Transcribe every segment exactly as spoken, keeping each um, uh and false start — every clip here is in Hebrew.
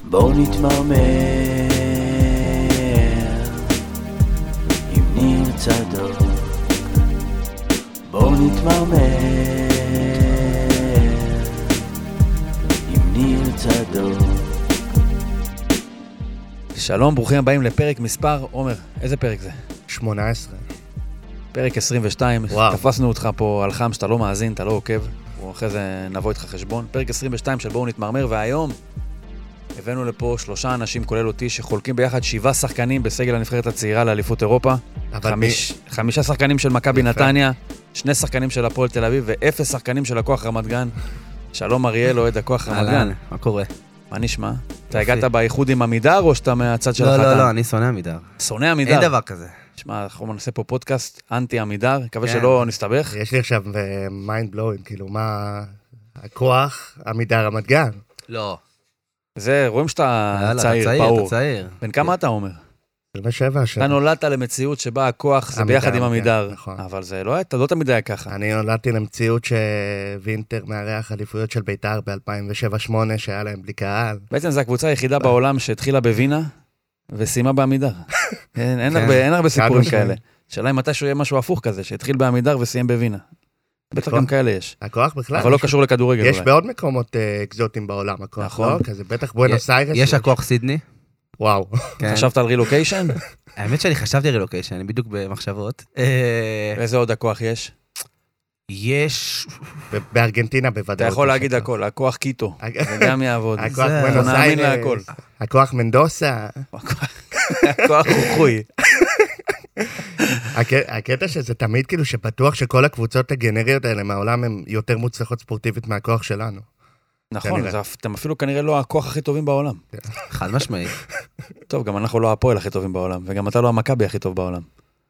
בואו נתמרמר עם ניר צדוק. בואו נתמרמר עם ניר צדוק. שלום, ברוכים הבאים לפרק מספר, עומר, איזה פרק זה? שמונה עשרה. פרק עשרים ושתיים, וואו. תפסנו אותך פה על חם שאתה לא מאזין, אתה לא עוקב, ואחרי זה נבוא איתך חשבון. פרק עשרים ושתיים של בואו נתמרמר, והיום הבאנו לפה שלושה אנשים, כולל אותי, שחולקים ביחד שבעה שחקנים בסגל הנבחרת הצעירה לאליפות אירופה. חמיש, מי... חמישה שחקנים של מכבי נתניה, שני שחקנים של הפועל תל אביב, ואפס שחקנים של הכוח רמת גן. שלום אריאל, אוהד הכוח רמת גן. מה קורה? מה נשמע? אתה הגעת באיחוד עם עמידר או שאתה מהצד של החתן? לא, לא, לא, אני שונא עמידר. שונא עמידר? אין דבר כזה. תשמע, אנחנו נעשה פה פודקאסט אנטי עמידר, מקווה שלא נסתבך. יש לי עכשיו מיינד בלואוינג, כאילו מה... הכוח עמידר רמת גן. לא. זה, רואים שאתה צעיר, ברור. אתה צעיר. בן כמה אתה אומר? עשרים ושבע שנים. אתה נולדת למציאות שבה הכוח זה ביחד עם עמידר. אבל זה לא הייתה, לא תמיד היה ככה. אני נולדתי למציאות שווינטר מארח אליפויות של בית"ר ב-אלפיים שבע שמונה, שהיה להם בלי קהל. בעצם זו הקבוצה היחידה בעולם שהתחילה בווינה, וסיימה בעמידר. אין הרבה סיפורים כאלה. שאלה אם מתישהו יהיה משהו הפוך כזה, שהתחיל בעמידר וסיים בווינה. בטח גם כאלה יש. הכוח בכלל. אבל לא קשור לכדורגל. יש בעוד מקומות אקזוטיים בעולם, הכוח, לא? כזה, בטח בואנוס איירס. יש הכוח סידני. וואו. חשבת על רילוקיישן? האמת שאני חשבתי על רילוקיישן, אני בדיוק במחשבות. איזה עוד הכוח יש? יש... בארגנטינה בוודאות. אתה יכול להגיד הכל, הכוח קיטו. זה גם יעבוד. הכוח בואנוס איירס. הכוח מנדוסה. הכוח חוכוי. הקטע שזה תמיד כאילו שבטוח שכל הקבוצות הגנריות האלה מהעולם הן יותר מוצלחות ספורטיבית מהכוח שלנו. נכון, אתם אפילו כנראה לא הכוח הכי טובים בעולם. חד משמעי. טוב, גם אנחנו לא הפועל הכי טובים בעולם, וגם אתה לא המכבי הכי טוב בעולם.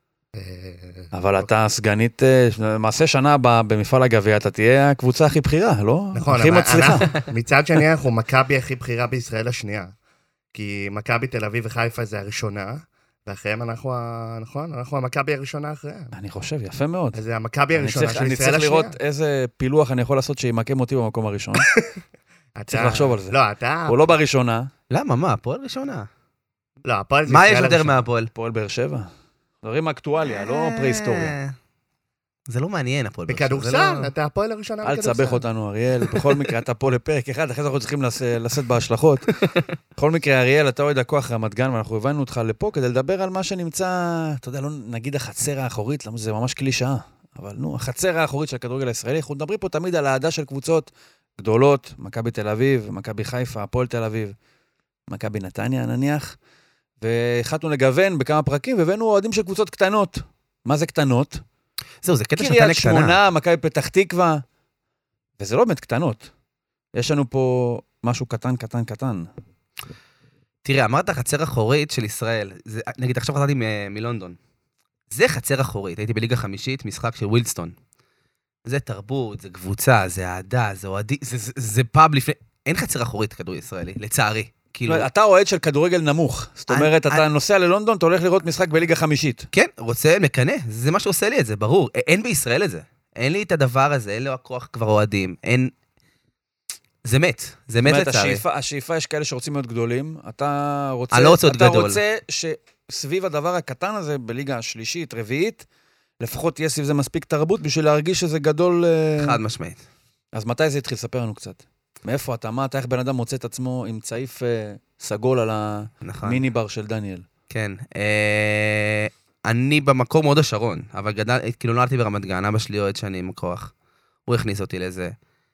אבל אתה סגנית, מעשה שנה במפעל הגביע, אתה תהיה הקבוצה הכי בכירה, לא? נכון, הכי מצליחה. מצד שני אנחנו מכבי הכי בכירה בישראל השנייה. כי מכבי תל אביב וחיפה זה הראשונה, ואחריהם אנחנו, נכון? אנחנו המכבי הראשונה אחריהם. אני חושב, יפה מאוד. אז זה המכבי הראשונה של ישראל השנייה. אני צריך לראות איזה פילוח אני יכול לעשות שימקם אותי במקום הראשון. צריך לחשוב על זה. לא, אתה... הוא לא בראשונה. למה? מה? הפועל ראשונה? לא, הפועל זה... מה יש יותר מהפועל? הפועל באר שבע. דברים אקטואליה, לא פרה-היסטוריה. זה לא מעניין, הפועל באר שבע. בכדורסל, אתה הפועל הראשונה בכדורסל. אל תסבך אותנו, אריאל. בכל מקרה, אתה פה לפרק אחד, אחרי זה אנחנו צריכים לשאת בהשלכות. בכל מקרה, אריאל, אתה אוהד הכוח רמת גן, ואנחנו הבאנו אותך לפה כדי לדבר על מה שנמצא, אתה יודע, לא נגיד החצר האחורית, למה זה ממש קלישאה, אבל נו, החצר האחורית של הכדורגל הישראלי, אנחנו מדברים פה תמיד על האהדה של קבוצות גדולות, מכבי תל אביב, מכבי חיפה, הפועל תל אביב, מכבי נתניה, נניח, והחלטנו לגוון בכמה פרקים, והבאנו אוהדים של קבוצות קטנות. מה זה קטנות? זהו, זה קטע שנתן קריית לקטנה. שמונה, מכבי פתח תקווה, וזה לא באמת קטנות. יש לנו פה משהו קטן, קטן, קטן. תראה, אמרת חצר אחורית של ישראל. זה, נגיד, עכשיו חזרתי מ- מלונדון. זה חצר אחורית. הייתי בליגה חמישית, משחק של ווילדסטון. זה תרבות, זה קבוצה, זה אהדה, זה אוהדי, זה, זה, זה פאב לפני... אין חצר אחורית כדור ישראלי, לצערי. כאילו... אתה אוהד של כדורגל נמוך. זאת אומרת, אתה נוסע ללונדון, אתה הולך לראות משחק בליגה חמישית. כן, רוצה, מקנה. זה מה שעושה לי את זה, ברור. אין בישראל את זה. אין לי את הדבר הזה, אין לו הכוח כבר אוהדים. אין... זה מת. זה מת לצערי. השאיפה, יש כאלה שרוצים להיות גדולים. אתה רוצה... אני לא רוצה להיות גדול. אתה רוצה שסביב הדבר הקטן הזה, בליגה השלישית, רביעית, לפחות תהיה סביב זה מספיק תרבות, בשביל להרגיש שזה גדול... חד משמעית. אז מתי זה התחיל? ספר לנו קצת. מאיפה אתה? מה אתה? איך בן אדם מוצא את עצמו עם צעיף אה, סגול על המיני בר של דניאל? כן. אה, אני במקור מאוד השרון, אבל גדל, כאילו נולדתי ברמת גן, אבא שלי אוהד שאני עם הכוח. הוא הכניס אותי לזה.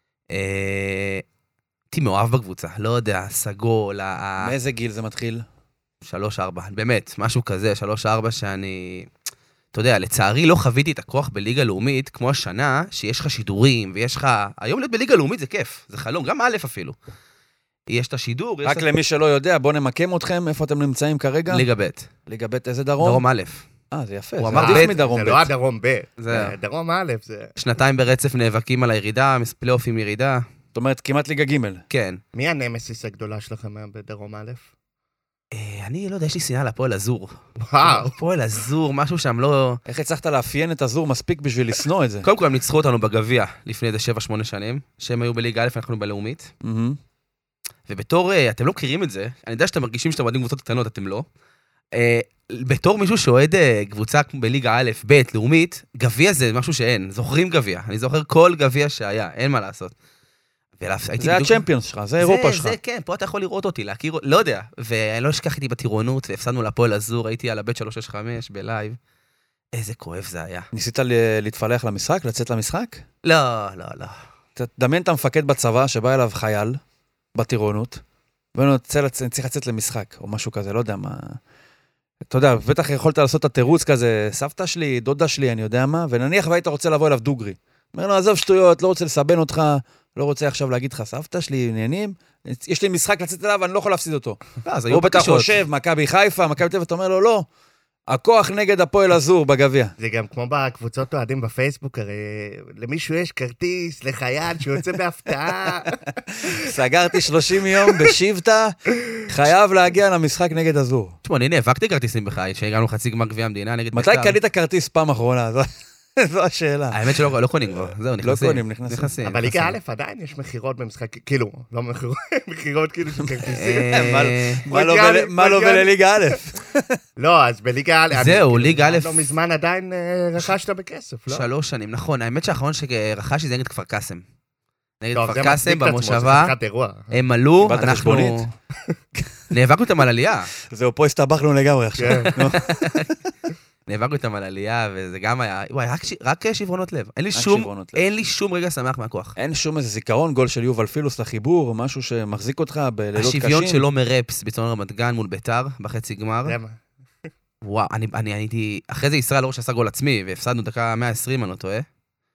אה, הייתי מאוהב בקבוצה, לא יודע, סגול. מאיזה גיל זה מתחיל? שלוש ארבע, באמת, משהו כזה, שלוש ארבע שאני... אתה יודע, לצערי לא חוויתי את הכוח בליגה לאומית, כמו השנה, שיש לך שידורים, ויש לך... היום להיות בליגה לאומית זה כיף, זה חלום, גם א' אפילו. יש את השידור... רק יש למי את... שלא יודע, בוא נמקם אתכם, איפה אתם נמצאים כרגע? ליגה ב'. ליגה ב' איזה דרום? דרום א'. אה, זה יפה. הוא זה אמר עדיף ב', מדרום זה ב'. לא הדרום ב', זה... דרום א', זה... שנתיים ברצף נאבקים על הירידה, פלייאוף עם ירידה. זאת אומרת, כמעט ליגה ג'. כן. מי הנמסיס הגדולה שלכם בדרום א'? אני לא יודע, יש לי שנאה לפועל אזור. וואו. פועל אזור, משהו שם לא... איך הצלחת לאפיין את אזור מספיק בשביל לסנוע את זה? קודם כל, הם ניצחו אותנו בגביע לפני איזה שבע שמונה שנים, שהם היו בליגה א', אנחנו בלאומית. ובתור, אתם לא מכירים את זה, אני יודע שאתם מרגישים שאתם אוהדים קבוצות קטנות, אתם לא. בתור מישהו שאוהד קבוצה בליגה א', ב', לאומית, גביע זה משהו שאין, זוכרים גביע. אני זוכר כל גביע שהיה, אין מה לעשות. זה הצ'מפיונס שלך, זה אירופה שלך. זה, כן, פה אתה יכול לראות אותי, להכיר, לא יודע. ואני לא אשכח איתי בטירונות, והפסדנו לפועל אזור, הייתי על הבית שלוש שש חמש בלייב. איזה כואב זה היה. ניסית להתפלח למשחק, לצאת למשחק? לא, לא, לא. תדמיין את המפקד בצבא שבא אליו חייל בטירונות, ואני צריך לצאת למשחק, או משהו כזה, לא יודע מה. אתה יודע, בטח יכולת לעשות את התירוץ כזה, סבתא שלי, דודה שלי, אני יודע מה, ונניח והיית רוצה לבוא אליו דוגרי. אומר לו, עזוב שטויות, לא רוצה לסבן אותך, לא רוצה עכשיו להגיד לך, סבתא שלי, עניינים, יש לי משחק לצאת אליו, אני לא יכול להפסיד אותו. הוא בטח חושב, מכבי חיפה, מכבי תל אביב, אתה אומר לו, לא, הכוח נגד הפועל אזור בגביע. זה גם כמו בקבוצות אוהדים בפייסבוק, הרי למישהו יש כרטיס לחייל שיוצא בהפתעה. סגרתי שלושים יום בשבטה, חייב להגיע למשחק נגד אזור. תשמע, אני נאבקתי כרטיסים בחיי, שהגענו חצי גמר גביע המדינה נגד מתי קנית כרטיס פעם אחרונה? זו השאלה. האמת שלא לא קונים כבר, זהו, נכנסים. לא קונים, נכנסים. אבל ליגה א' עדיין יש מחירות במשחק, כאילו, לא מחירות, מחירות כאילו של כרטיסים. מה לא בליגה א'? לא, אז בליגה א', זהו, ליגה א', לא מזמן עדיין רכשת בכסף, לא? שלוש שנים, נכון. האמת שהאחרון שרכשתי זה נגד כפר קאסם. נגד כפר קאסם במושבה, הם עלו, אנחנו נאבקנו איתם על עלייה. זהו, פה הסתבכנו לגמרי עכשיו. נאבקנו איתם על עלייה, וזה גם היה, וואי, רק שברונות לב. אין לי שום, אין לי שום רגע שמח מהכוח. אין שום איזה זיכרון, גול של יובל פילוס לחיבור, משהו שמחזיק אותך בלילות קשים. השוויון שלו מרפס בצפון רמת גן מול ביתר, בחצי גמר. וואו, אני הייתי, אחרי זה ישראל לא שעשה גול עצמי, והפסדנו דקה מאה ועשרים, אני לא טועה.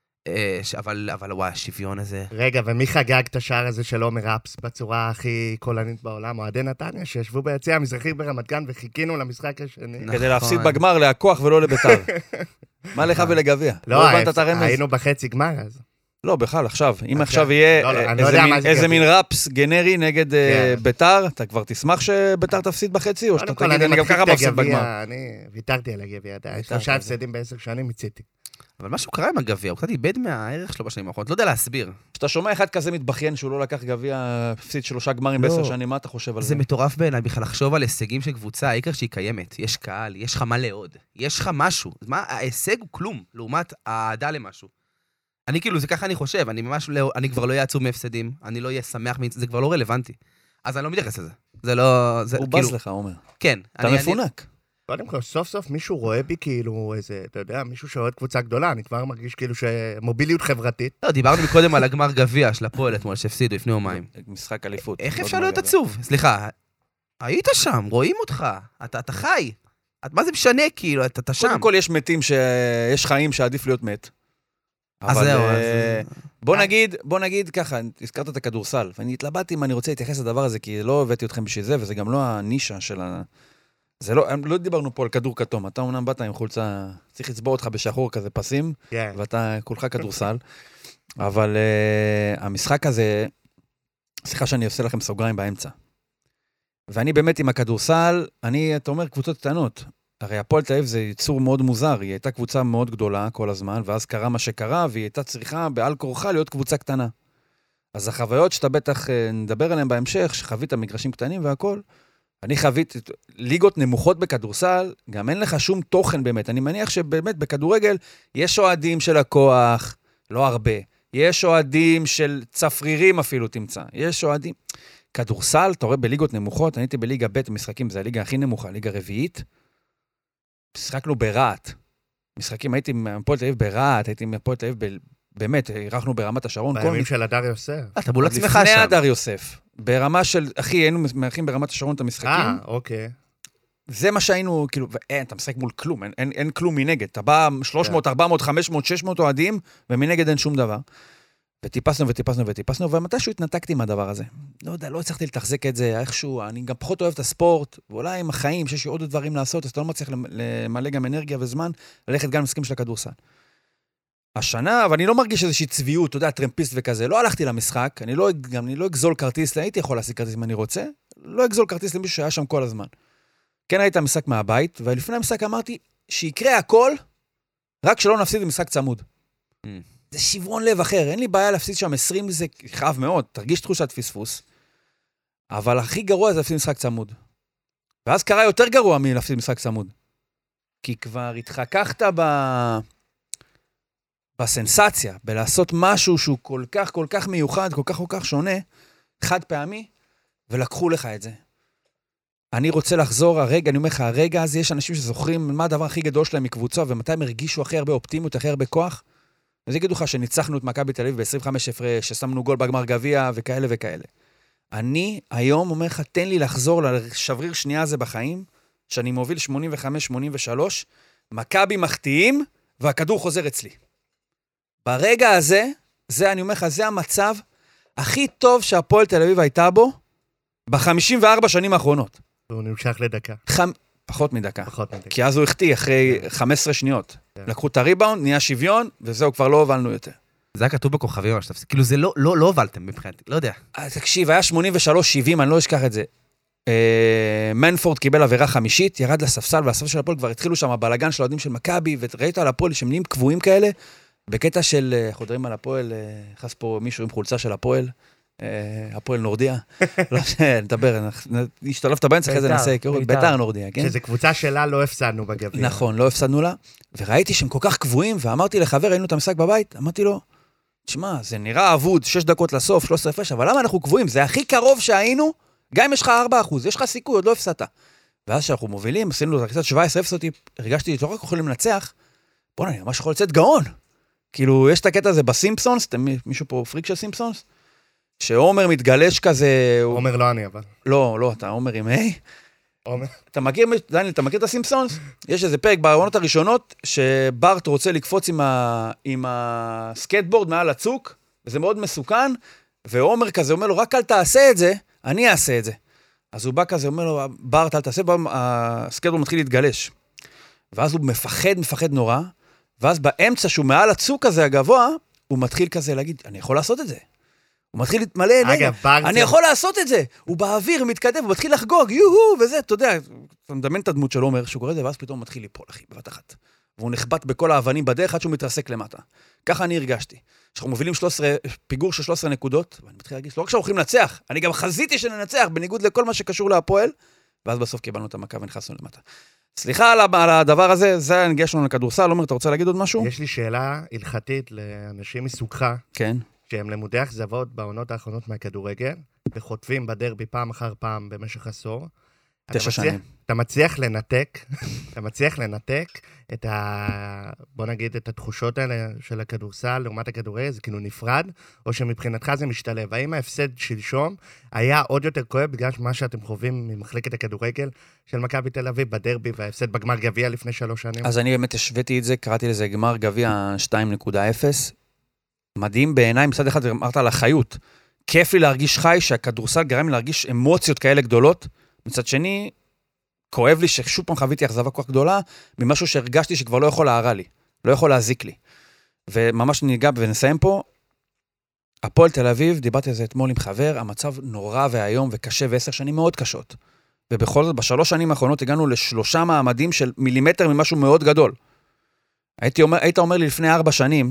אבל, אבל וואי, השוויון הזה. רגע, ומי חגג את השער הזה של עומר רפס בצורה הכי קולנית בעולם? אוהדי נתניה, שישבו ביציע המזרחי ברמת גן וחיכינו למשחק השני. כדי להפסיד בגמר להכוח ולא לביתר. מה לך ולגביע? לא, היינו בחצי גמר אז. לא, בכלל, עכשיו. אם עכשיו יהיה איזה מין רפס גנרי נגד ביתר, אתה כבר תשמח שביתר תפסיד בחצי, או שאתה תגיד, אני גם ככה מפסיד בגמר. אני ויתרתי על הגביע, שלושה הפסדים בעשר שנים מציתי. אבל משהו קרה עם הגביע, הוא קצת איבד מהערך שלו בשנים האחרונות, לא יודע להסביר. כשאתה שומע אחד כזה מתבכיין שהוא לא לקח גביע, הפסיד שלושה גמרים בעשר שנים, מה אתה חושב על זה? זה מטורף בעיניי, בכלל לחשוב על הישגים של קבוצה, העיקר שהיא קיימת, יש קהל, יש לך מה לעוד, יש לך משהו. מה, ההישג הוא כלום, לעומת העדה למשהו. אני כאילו, זה ככה אני חושב, אני ממש לא, אני כבר לא אהיה עצוב מהפסדים, אני לא אהיה שמח, זה כבר לא רלוונטי. אז אני לא מתייחס לזה. זה לא, זה, הוא כאילו, בז לך, עומר. כן. אתה מפונק. קודם כל, סוף סוף מישהו רואה בי כאילו איזה, אתה יודע, מישהו שאוהד קבוצה גדולה, אני כבר מרגיש כאילו שמוביליות חברתית. לא, דיברנו מקודם על הגמר גביע של הפועל אתמול, שהפסידו לפני יומיים. משחק אליפות. איך אפשר להיות עצוב? סליחה, היית שם, רואים אותך, אתה, אתה חי. מה זה משנה, כאילו, אתה, אתה שם. קודם כל יש מתים שיש חיים שעדיף להיות מת. אז זהו, אז... בוא נגיד, בוא נגיד ככה, הזכרת את הכדורסל, ואני התלבטתי אם אני רוצה להתייחס לדבר הזה, כי לא הבאתי אתכם בשביל זה, וזה גם לא הנישה של ה... זה לא, לא דיברנו פה על כדור כתום, אתה אומנם באת עם חולצה, צריך לצבוע אותך בשחור כזה פסים, yeah. ואתה כולך כדורסל, אבל uh, המשחק הזה, סליחה שאני עושה לכם סוגריים באמצע, ואני באמת עם הכדורסל, אני, אתה אומר, קבוצות קטנות, הרי הפועל תל אביב זה יצור מאוד מוזר, היא הייתה קבוצה מאוד גדולה כל הזמן, ואז קרה מה שקרה, והיא הייתה צריכה בעל כורחה להיות קבוצה קטנה. אז החוויות שאתה בטח נדבר עליהן בהמשך, שחווית מגרשים קטנים והכל, אני חווית ליגות נמוכות בכדורסל, גם אין לך שום תוכן באמת. אני מניח שבאמת בכדורגל יש אוהדים של הכוח, לא הרבה. יש אוהדים של צפרירים אפילו תמצא. יש אוהדים... כדורסל, אתה רואה בליגות נמוכות, אני הייתי בליגה ב' משחקים, זה הליגה הכי נמוכה, ליגה רביעית. משחקנו ברעת. משחקים, הייתי מהפועל תל אביב ברעת, הייתי מהפועל תל אביב ב... באמת, אירחנו ברמת השרון. בימים של הדר יוסף. אתה בול עצמך שם. לפני הדר יוסף. ברמה של, אחי, היינו מארחים ברמת השרון את המשחקים. אה, אוקיי. זה מה שהיינו, כאילו, ואין, אתה משחק מול כלום, אין, אין, אין כלום מנגד. אתה בא שלוש מאות, ארבע מאות, חמש מאות, שש מאות אוהדים, ומנגד אין שום דבר. וטיפסנו וטיפסנו וטיפסנו, ומתישהו התנתקתי מהדבר הזה. לא יודע, לא הצלחתי לתחזק את זה, איכשהו, אני גם פחות אוהב את הספורט, ואולי עם החיים, שיש לי עוד דברים לעשות, אז אתה לא מצליח למלא גם אנרגיה וזמן, ללכת גם למשחקים של הכדורסל. השנה, אבל אני לא מרגיש איזושהי צביעות, אתה יודע, טרמפיסט וכזה, לא הלכתי למשחק, אני לא, גם אני לא אגזול כרטיס, הייתי יכול להשיג כרטיס אם אני רוצה, לא אגזול כרטיס למישהו שהיה שם כל הזמן. כן היית המשחק מהבית, ולפני המשחק אמרתי, שיקרה הכל, רק שלא נפסיד במשחק צמוד. Mm. זה שברון לב אחר, אין לי בעיה להפסיד שם עשרים, זה חייב מאוד, תרגיש תחושת פספוס, אבל הכי גרוע זה להפסיד משחק צמוד. ואז קרה יותר גרוע מלהפסיד משחק צמוד. כי כבר התחככת ב... בסנסציה, בלעשות משהו שהוא כל כך, כל כך מיוחד, כל כך, כל כך שונה, חד פעמי, ולקחו לך את זה. אני רוצה לחזור הרגע, אני אומר לך, הרגע הזה יש אנשים שזוכרים מה הדבר הכי גדול שלהם מקבוצה, ומתי הם הרגישו הכי הרבה אופטימיות, הכי הרבה כוח, אז יגידו לך שניצחנו את מכבי תל אביב ב-עשרים וחמש הפרש, ששמנו גול בגמר גביע וכאלה וכאלה. אני היום אומר לך, תן לי לחזור לשבריר שנייה הזה בחיים, שאני מוביל שמונים וחמש שמונים ושלוש, מכבי מחטיאים, והכדור חוזר אצלי. ברגע הזה, זה אני אומר לך, זה המצב הכי טוב שהפועל תל אביב הייתה בו, ב-חמישים וארבע שנים האחרונות. הוא נמשך לדקה. חמ... פחות מדקה. פחות מדקה. כי אז הוא החטיא אחרי חמש עשרה שניות. לקחו את הריבאונד, נהיה שוויון, וזהו, כבר לא הובלנו יותר. זה היה כתוב בכוכבים, אבל שתפסיק. כאילו זה לא, לא, לא הובלתם מבחינתי, לא יודע. אז תקשיב, היה שמונים ושלוש שבעים, אני לא אשכח את זה. מנפורד קיבל עבירה חמישית, ירד לספסל, והספסל של הפועל כבר התחילו שם הבלגן של האוהדים של מכבי, וראית על הפועל שהם נהיים קבועים כאלה, בקטע של, חודרים על הפועל, נכנס פה מישהו עם חולצה של הפועל, הפועל נורדיה, לא שנדבר, השתלבת באמצע, אחרי זה נעשה היכרות, ביתר נורדיה, כן? שזה קבוצה שלה לא הפסדנו בגביע. נכון, לא הפסדנו לה, וראיתי שהם כל כך קבועים, ואמרתי לחבר, ראינו את המשחק בבית, אמרתי לו, תשמע, זה נראה אבוד, שש דקות לסוף, שלוש עשרה הפרש, אבל למה אנחנו קבועים? זה הכי קרוב שהיינו, גם אם יש לך ארבעה אחוז, יש לך סיכוי, עוד לא הפסדת. ואז שאנחנו מובילים, עשינו קצת שבע עשרה אפס אותי, הרגשתי, לא רק יכולים לנצח, בוא נראה, ממש יכול לצאת גאון. כאילו, יש את הקטע הזה בסימפסונס, מישהו פה פריק של סימפסונס, שעומר מתגלש כזה... עומר לא אני, אבל. לא, לא, אתה עומר עם היי. עומר. אתה מכיר, דניאל, אתה מכיר את הסימפסונס? יש איזה פרק בעונות הראשונות, שברט רוצה לקפוץ עם, ה... עם הסקייטבורד מעל הצוק, וזה מאוד מסוכן, ועומר כזה אומר לו, רק אל תעשה את זה, אני אעשה את זה. אז הוא בא כזה, אומר לו, ברט, אל תעשה, הסקייטבורד מתחיל להתגלש. ואז הוא מפחד, מפחד נורא, ואז באמצע שהוא מעל הצוק הזה הגבוה, הוא מתחיל כזה להגיד, אני יכול לעשות את זה. הוא מתחיל להתמלא אלינו, אני יכול לעשות את זה. הוא באוויר, הוא מתקדם, הוא מתחיל לחגוג, יוהו, וזה, אתה יודע, אתה מדמיין את הדמות שלו, אומר שהוא קורא את זה, ואז פתאום הוא מתחיל ליפול, אחי, בבת אחת. והוא נחבט בכל האבנים בדרך, עד שהוא מתרסק למטה. ככה אני הרגשתי. שאנחנו מובילים שלוש עשרה, פיגור של שלוש עשרה נקודות, ואני מתחיל להרגיש, לא רק שאנחנו הולכים לנצח, אני גם חזיתי שננצח, בניגוד לכל מה שקשור להפועל, ואז בסוף קיבלנו את המכה ונכנסנו למטה. סליחה על הדבר הזה, זה הנגיש לנו לכדורסל. עומר, אתה רוצה להגיד עוד משהו? יש לי שאלה הלכתית לאנשים מסוגך, כן. שהם למודי אכזבות בעונות האחרונות מהכדורגל, וחוטפים בדרבי פעם אחר פעם במשך עשור. תשע שנים. אתה מצליח לנתק, אתה מצליח לנתק את ה... בוא נגיד, את התחושות האלה של הכדורסל, לעומת הכדורגל, זה כאילו נפרד, או שמבחינתך זה משתלב. האם ההפסד שלשום היה עוד יותר כואב, בגלל מה שאתם חווים ממחלקת הכדורגל של מכבי תל אביב בדרבי, וההפסד בגמר גביע לפני שלוש שנים? אז אני באמת השוויתי את זה, קראתי לזה גמר גביע שתיים נקודה אפס. מדהים בעיניי, מצד אחד אמרת על החיות. כיף לי להרגיש חי, שהכדורסל גרם לי להרגיש אמוציות כאלה גדולות. מצד שני, כואב לי ששוב פעם חוויתי אכזבה כל כך גדולה, ממשהו שהרגשתי שכבר לא יכול להרע לי, לא יכול להזיק לי. וממש ניגע ונסיים פה, הפועל תל אביב, דיברתי על זה אתמול עם חבר, המצב נורא והיום וקשה ועשר שנים מאוד קשות. ובכל זאת, בשלוש שנים האחרונות הגענו לשלושה מעמדים של מילימטר ממשהו מאוד גדול. הייתי אומר, היית אומר לי לפני ארבע שנים,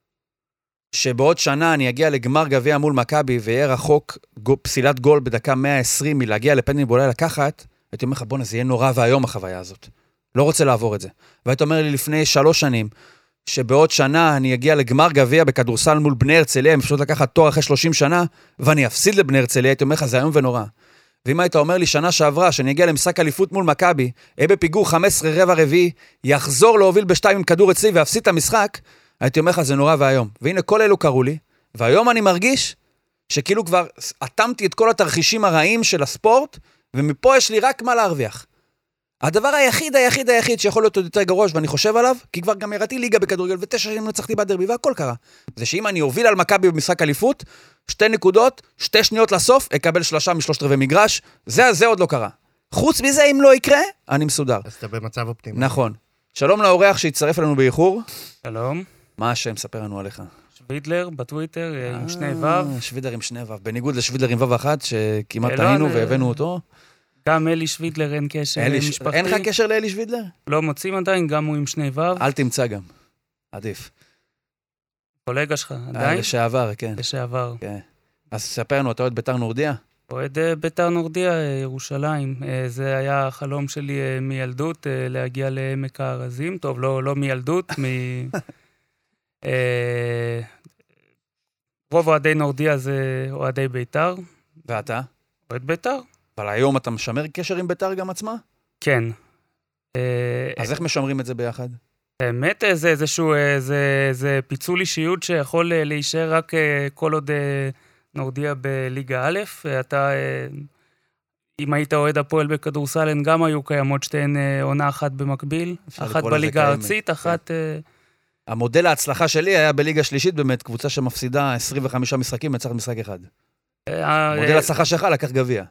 שבעוד שנה אני אגיע לגמר גביע מול מכבי, ויהיה רחוק פסילת גול בדקה מאה ועשרים מלהגיע לפנדל בולי לקחת, הייתי אומר לך, בוא, זה יהיה נורא והיום החוויה הזאת. לא רוצה לעבור את זה. והיית אומר לי לפני שלוש שנים, שבעוד שנה אני אגיע לגמר גביע בכדורסל מול בני הרצליה, עם אפשרות לקחת תואר אחרי שלושים שנה, ואני אפסיד לבני הרצליה, הייתי אומר לך, זה היום ונורא. ואם היית אומר לי שנה שעברה, שאני אגיע למשחק אליפות מול מכבי, אהיה בפיגור חמש עשרה רבע רביעי, יחזור להוביל בשתיים עם כדור אצלי ואפסיד את המשחק, הייתי אומר לך, זה נורא והיום. והנה כל אלו קראו לי, והיום אני מרגיש שכאילו כבר אטמתי את כל התרחישים הרעים של הספורט, ומפה יש לי רק מה להרוויח. הדבר היחיד, היחיד, היחיד שיכול להיות עוד יותר גרוע, ואני חושב עליו, כי כבר גם הראיתי ליגה בכדורגל, ותשע שנים נצחתי בדרבי, והכל קרה. זה שאם אני אוביל על מכבי במשחק אליפות, שתי נקודות, שתי שניות לסוף, אקבל שלושה משלושת רבעי מגרש, זה, זה עוד לא קרה. חוץ מזה, אם לא יקרה, אני מסודר. אז אתה במצב אופטימי. נכון. שלום לאורח שהצטרף אלינו באיחור. שלום. מה השם? ספר לנו עליך. שווידלר בטוויטר עם שני וו. שווידלר עם שני וו. בניגוד לשווידלר עם וו אחת, שכמעט טעינו והבאנו אותו. גם אלי שווידלר אין קשר משפחתי. אין לך קשר לאלי שווידלר? לא מוצאים עדיין, גם הוא עם שני וו. אל תמצא גם. עדיף. קולגה שלך, עדיין? לשעבר, כן. לשעבר. אז ספר לנו, אתה עוד ביתר נורדיה? אוהד ביתר נורדיה, ירושלים. זה היה החלום שלי מילדות, להגיע לעמק הארזים. טוב, לא, לא מילדות, מ... רוב אוהדי נורדיה זה אוהדי ביתר. ואתה? אוהד ביתר. אבל היום אתה משמר קשר עם ביתר גם עצמה? כן. אז איך משמרים את זה ביחד? באמת זה איזשהו, זה, זה פיצול אישיות שיכול להישאר רק כל עוד נורדיה בליגה א'. אתה, אם היית אוהד הפועל בכדורסל, הן גם היו קיימות שתיהן עונה אחת במקביל. אחת בליגה הארצית, אחת... המודל ההצלחה שלי היה בליגה שלישית, באמת, קבוצה שמפסידה עשרים וחמישה משחקים, מצליח משחק אחד. מודל ההצלחה שלך לקח גביע.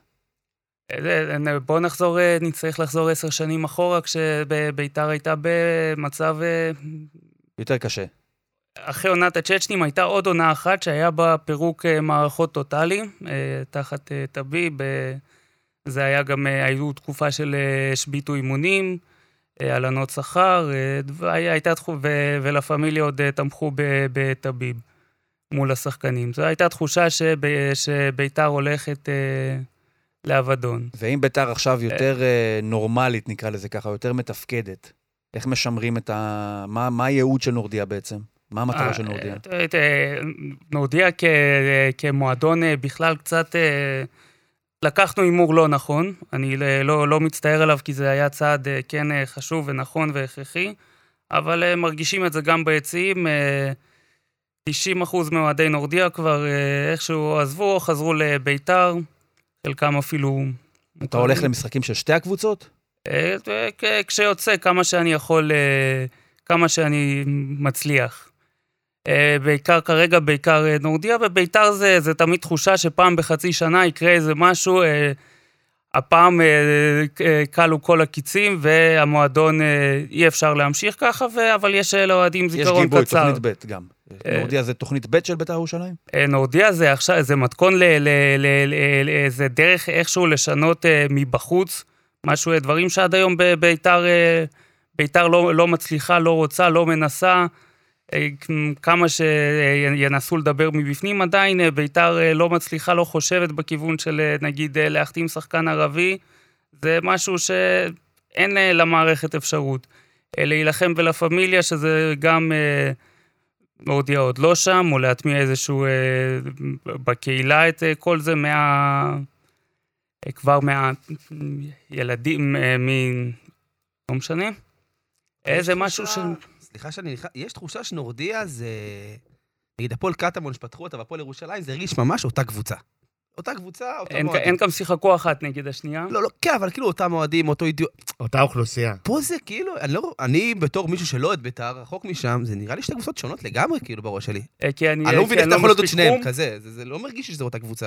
בוא נחזור, נצטרך לחזור עשר שנים אחורה, כשביתר הייתה במצב... יותר קשה. אחרי עונת הצ'צ'נים הייתה עוד עונה אחת, שהיה בה פירוק מערכות טוטלי, תחת טביב. זה היה גם, היו תקופה של שביתו אימונים, הלנות שכר, הייתה תחום, ולפמיליה עוד תמכו בטביב מול השחקנים. זו הייתה תחושה שביתר הולכת לאבדון. ואם ביתר עכשיו יותר נורמלית, נקרא לזה ככה, יותר מתפקדת, איך משמרים את ה... מה, מה הייעוד של נורדיה בעצם? מה המטרה של נורדיה? נורדיה כמועדון בכלל קצת... לקחנו אימור לא נכון, אני לא, לא מצטער עליו כי זה היה צעד כן חשוב ונכון והכרחי, אבל מרגישים את זה גם ביציעים, תשעים אחוז מאוהדי נורדיה כבר איכשהו עזבו או חזרו לביתר, חלקם אפילו... אתה הולך למשחקים של שתי הקבוצות? כשיוצא כמה שאני יכול, כמה שאני מצליח. בעיקר כרגע, בעיקר נורדיה, וביתר זה, זה תמיד תחושה שפעם בחצי שנה יקרה איזה משהו, הפעם קלו כל הקיצים, והמועדון אי אפשר להמשיך ככה, אבל יש לאוהדים זיכרון קצר. יש גיבוי, תוכנית ב' גם. נורדיה זה תוכנית ב' של ביתר ירושלים? נורדיה זה עכשיו, זה מתכון לאיזה דרך איכשהו לשנות מבחוץ, משהו, דברים שעד היום ביתר, ביתר לא, לא מצליחה, לא רוצה, לא מנסה, כמה שינסו לדבר מבפנים, עדיין ביתר לא מצליחה, לא חושבת בכיוון של נגיד להחתים שחקן ערבי, זה משהו שאין למערכת אפשרות. להילחם ולפמיליה, שזה גם נורדיה עוד לא שם, או להטמיע איזשהו בקהילה את כל זה מה... כבר מהילדים, מ... לא משנה. איזה משהו ש... סליחה שאני נכנס, יש תחושה שנורדיה זה... נגיד, הפועל קטמון שפתחו אותה, והפועל ירושלים, זה הרגיש ממש אותה קבוצה. אותה קבוצה, אותה אין, מועדים. אין גם שיחקו אחת נגד השנייה? לא, לא, כן, אבל כאילו אותם מועדים, אותו אידיו... אותה אוכלוסייה. פה זה כאילו, אני, לא, אני בתור מישהו שלא את ביתר, רחוק משם, זה נראה לי שתי קבוצות שונות לגמרי, כאילו, בראש שלי. כי אני, אני לא מבין איך אתה יכול להיות את שניהם, חום. כזה, זה, זה לא מרגיש שזה אותה קבוצה.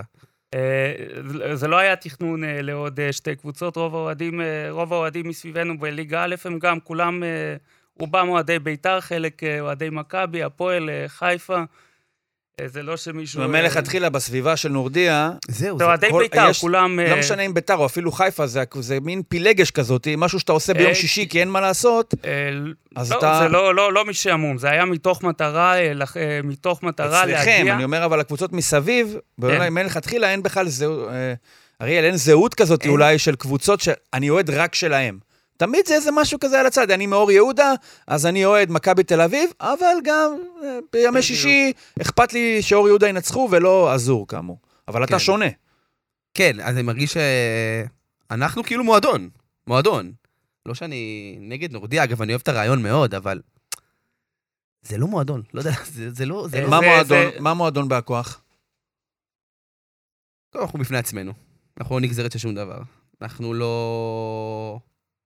זה לא היה תכנון לעוד שתי קבוצות, רוב האוהדים, רוב האוהדים מסביבנו בליגה א' הם גם כולם... רובם אוהדי ביתר, חלק אוהדי מכבי, הפועל, חיפה. זה לא שמישהו... המלך התחילה בסביבה של נורדיה. זהו, זה אוהדי ביתר, כולם... לא משנה אם ביתר או אפילו חיפה, זה מין פילגש כזאת, משהו שאתה עושה ביום שישי כי אין מה לעשות, אז אתה... זה לא משעמום, זה היה מתוך מטרה, מתוך מטרה להגיע... אצלכם, אני אומר, אבל הקבוצות מסביב, במלך התחילה אין בכלל זהות... אריאל, אין זהות כזאת אולי של קבוצות שאני אוהד רק שלהם. תמיד זה איזה משהו כזה על הצד, אני מאור יהודה, אז אני אוהד מכבי תל אביב, אבל גם בימי שישי אכפת לי שאור יהודה ינצחו ולא עזור כאמור. אבל אתה שונה. כן, אז אני מרגיש שאנחנו כאילו מועדון, מועדון. לא שאני נגד נורדיה, אגב, אני אוהב את הרעיון מאוד, אבל זה לא מועדון, לא יודע, זה לא... מה מועדון בהכוח? טוב, אנחנו בפני עצמנו. אנחנו לא נגזרת של שום דבר. אנחנו לא...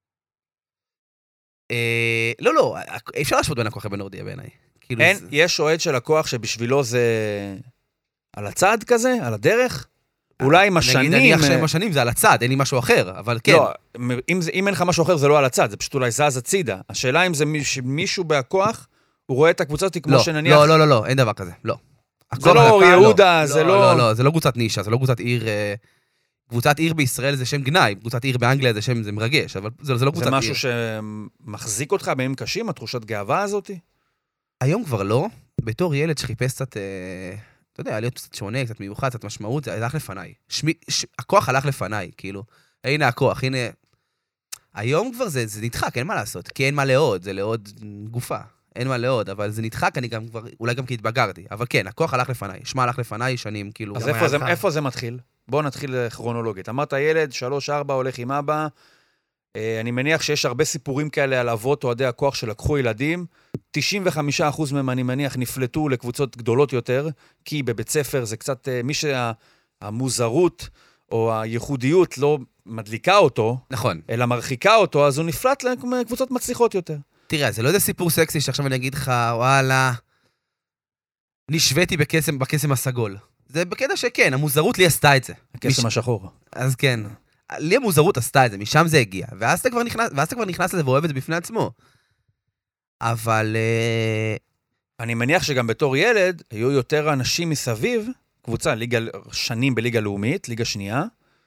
לא, לא, אפשר להשוות בין הכוח לבין נורדיה בעיניי. אין, יש אוהד של הכוח שבשבילו זה על הצד כזה, על הדרך? אולי עם השנים... נגיד, אני עכשיו עם השנים זה על הצד, אין לי משהו אחר, אבל כן. לא, אם אין לך משהו אחר זה לא על הצד, זה פשוט אולי זז הצידה. השאלה אם זה מישהו בהכוח, הוא רואה את הקבוצה כמו שנניח... לא, לא, לא, לא, אין דבר כזה, לא. זה לא אור יהודה, זה לא... לא, לא, זה לא קבוצת נישה, זה לא קבוצת עיר... קבוצת עיר בישראל זה שם גנאי, קבוצת עיר באנגליה זה שם, זה מרגש, אבל זה, זה לא קבוצת עיר. זה משהו שמחזיק אותך בימים קשים, התחושת גאווה הזאת? היום כבר לא, בתור ילד שחיפש קצת, אתה יודע, להיות קצת שונה, קצת מיוחד, קצת משמעות, זה הלך לפניי. שמי, ש... הכוח הלך לפניי, כאילו. הנה הכוח, הנה... היום כבר זה, זה נדחק, אין מה לעשות, כי אין מה לעוד, זה לעוד גופה. אין מה לעוד, אבל זה נדחק, אני גם כבר, אולי גם כי התבגרתי. אבל כן, הכוח הלך לפניי, שמה הלך לפניי, שנים, כאילו... אז איפה זה, איפה זה מתחיל? בואו נתחיל כרונולוגית. אמרת ילד, שלוש, ארבע, הולך עם אבא. אני מניח שיש הרבה סיפורים כאלה על אבות אוהדי הכוח שלקחו ילדים. תשעים וחמישה אחוז מהם, אני מניח, נפלטו לקבוצות גדולות יותר, כי בבית ספר זה קצת, מי שהמוזרות או הייחודיות לא מדליקה אותו, נכון. אלא מרחיקה אותו, אז הוא נפלט לקבוצות מצליחות יותר. תראה, זה לא איזה סיפור סקסי שעכשיו אני אגיד לך, וואלה, נשוויתי בקסם, בקסם הסגול. זה בקטע שכן, המוזרות לי עשתה את זה. הקסם מש... השחור. אז כן. לי המוזרות עשתה את זה, משם זה הגיע. ואז אתה כבר נכנס, ואז אתה כבר נכנס לזה ואוהב את זה בפני עצמו. אבל... אני מניח שגם בתור ילד, היו יותר אנשים מסביב, קבוצה, ליגה, שנים בליגה לאומית, ליגה שנייה,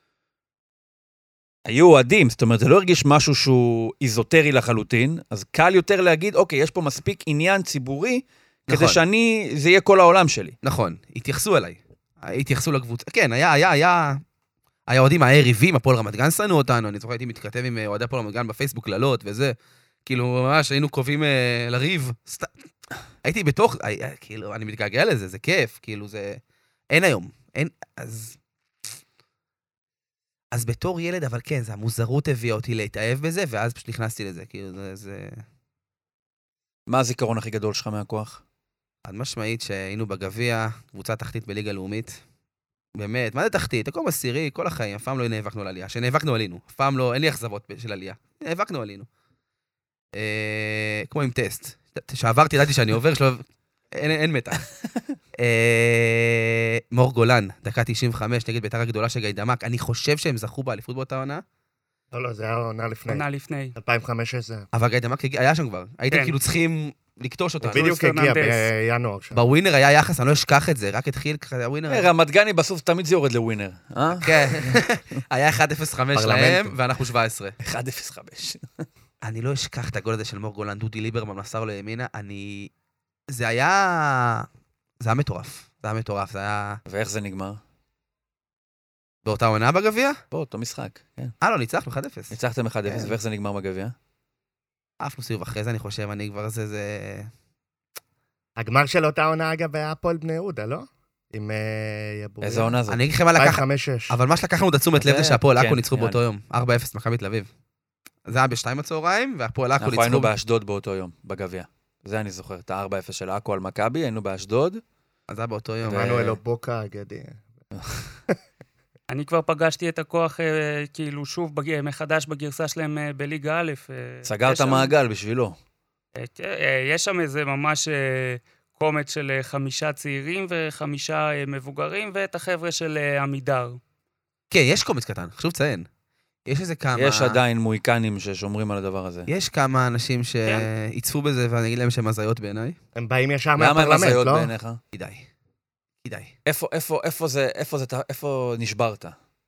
היו אוהדים, זאת אומרת, זה לא הרגיש משהו שהוא איזוטרי לחלוטין, אז קל יותר להגיד, אוקיי, יש פה מספיק עניין ציבורי, נכון. כדי שאני, זה יהיה כל העולם שלי. נכון, התייחסו אליי. התייחסו לקבוצה. כן, היה, היה, היה... היה אוהדים היריבים, הפועל רמת גן שנאו אותנו, אני זוכר, הייתי מתכתב עם אוהדי הפועל רמת גן בפייסבוק לעלות וזה, כאילו, ממש היינו קרובים אה, לריב. סת... הייתי בתוך, אה, כאילו, אני מתגעגע לזה, זה כיף, כאילו, זה... אין היום, אין, אז... אז בתור ילד, אבל כן, זה המוזרות הביאה אותי להתאהב בזה, ואז פשוט נכנסתי לזה, כאילו, זה... זה... מה הזיכרון הכי גדול שלך מהכוח? עד משמעית שהיינו בגביע, קבוצה תחתית בליגה לאומית, באמת, מה זה תחתית? הכל בסירי, כל החיים, אף פעם לא נאבקנו על עלייה, שנאבקנו עלינו, אף פעם לא, אין לי אכזבות של עלייה, נאבקנו עלינו. אה, כמו עם טסט, שעברתי, ידעתי שאני עובר, שלא... אין, אין מתח. אה, מור גולן, דקה תשעים וחמש, נגד בית"ר הגדולה של גיידמק, אני חושב שהם זכו באליפות באותה עונה. לא, לא, זה היה עונה לפני. עונה לפני. אלפיים וחמש עשרה. אבל גיידמק היה שם כבר, הייתם כאילו צריכים לקטוש אותה. בדיוק הגיע בינואר. בווינר היה יחס, אני לא אשכח את זה, רק התחיל ככה, הווינר... רמת גני בסוף תמיד זה יורד לווינר, אה? כן, היה אחד אפס חמש להם, ואנחנו שבע עשרה. אחד אפס חמש. אני לא אשכח את הגול הזה של מור גולן, דודי ליברמן מסר לו ימינה, אני... זה היה... זה היה מטורף, זה היה מטורף, זה היה... ואיך זה נגמר? באותה עונה בגביע? באותו משחק, כן. אה, לא, ניצחנו אחד אפס. ניצחתם אחד אפס, ואיך זה נגמר בגביע? עפנו סיבוב אחרי זה, אני חושב, אני כבר זה, זה... הגמר של אותה עונה, אגב, היה הפועל בני יהודה, לא? עם יבוריה. איזה עונה זאת? אני אגיד לכם מה לקח... אלפיים וחמש שש. אבל מה שלקחנו את תשומת לב זה שהפועל עכו כן, ניצחו באותו יום. ארבע אפס מכבי תל אביב. זה היה בשתיים הצהריים, והפועל עכו ניצחו... אנחנו היינו באשדוד באותו יום, בגביע. זה אני זוכר, את ה-ארבע אפס של עכו על מכבי, היינו באשדוד. אז זה היה באותו יום. מנואל אובוקה, אגדי. אני כבר פגשתי את הכוח, כאילו, שוב, מחדש בגרסה שלהם בליגה א'. סגרת מעגל בשבילו. יש שם איזה ממש קומץ של חמישה צעירים וחמישה מבוגרים, ואת החבר'ה של עמידר. כן, יש קומץ קטן, חשוב ציין. יש איזה כמה... יש עדיין מויקנים ששומרים על הדבר הזה. יש כמה אנשים שיצפו בזה, ואני אגיד להם שהם הזיות בעיניי. הם באים ישר מהפרלמנט, לא? למה הם הזיות בעיניך? כדאי. כדאי. איפה, איפה, איפה זה, איפה זה, איפה נשברת?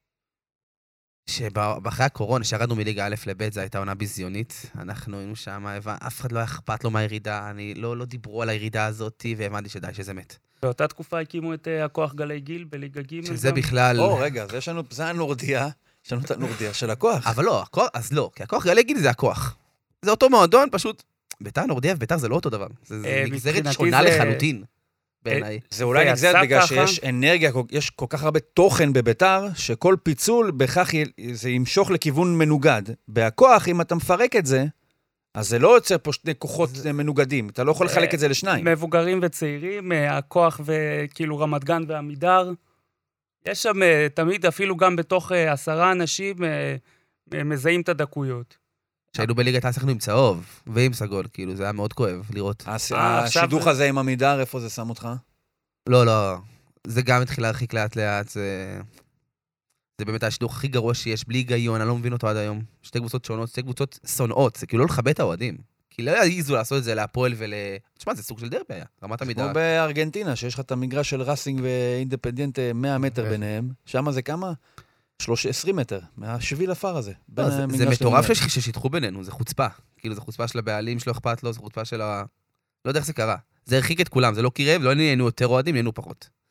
שבאחרי הקורונה, שירדנו מליגה א' לב', זו הייתה עונה ביזיונית. אנחנו היינו שם, אף אחד לא אכפת לו מהירידה, אני לא, לא דיברו על הירידה הזאת, והבנתי שדי, שזה מת. באותה תקופה הקימו את הכוח גלי גיל בליגה ג'. שזה בכלל... או, רגע, זה יש לנו, זה הנורדיה, יש לנו את הנורדיה של הכוח. אבל לא, הכוח, אז לא, כי הכוח גלי גיל זה הכוח. זה אותו מועדון, פשוט, ביתר נורדיה וביתר זה לא אותו דבר. זה נגזרת שונה לחלוטין. בעיניי. זה אולי נגזרת בגלל שיש אנרגיה, יש כל כך הרבה תוכן בביתר, שכל פיצול בכך זה ימשוך לכיוון מנוגד. בהכוח, אם אתה מפרק את זה, אז זה לא יוצא פה שני כוחות מנוגדים, אתה לא יכול לחלק את זה לשניים. מבוגרים וצעירים, הכוח וכאילו רמת גן ועמידר, יש שם תמיד, אפילו גם בתוך עשרה אנשים, מזהים את הדקויות. שהיינו בליגת העשנו עם צהוב, ועם סגול, כאילו, זה היה מאוד כואב לראות. השידוך הזה עם עמידר, איפה זה שם אותך? לא, לא. זה גם התחיל להרחיק לאט לאט, זה... זה באמת השידוך הכי גרוע שיש, בלי היגיון, אני לא מבין אותו עד היום. שתי קבוצות שונות, שתי קבוצות שונאות, זה כאילו לא לכבד את האוהדים. כי לא יעיזו לעשות את זה להפועל ול... תשמע, זה סוג של דרבי היה, רמת עמידר. כמו בארגנטינה, שיש לך את המגרש של רסינג ואינדפנדיאנט מאה מטר ביניהם, שם זה כמה? עשרים מטר, מהשביל אפר הזה. זה מטורף ששיתחו בינינו, זה חוצפה. כאילו, זה חוצפה של הבעלים שלא אכפת לו, זה חוצפה של ה... לא יודע איך זה קרה. זה הרחיק את כולם, זה לא קירב, לא נהיינו יותר אוהדים, נהיינו פחות.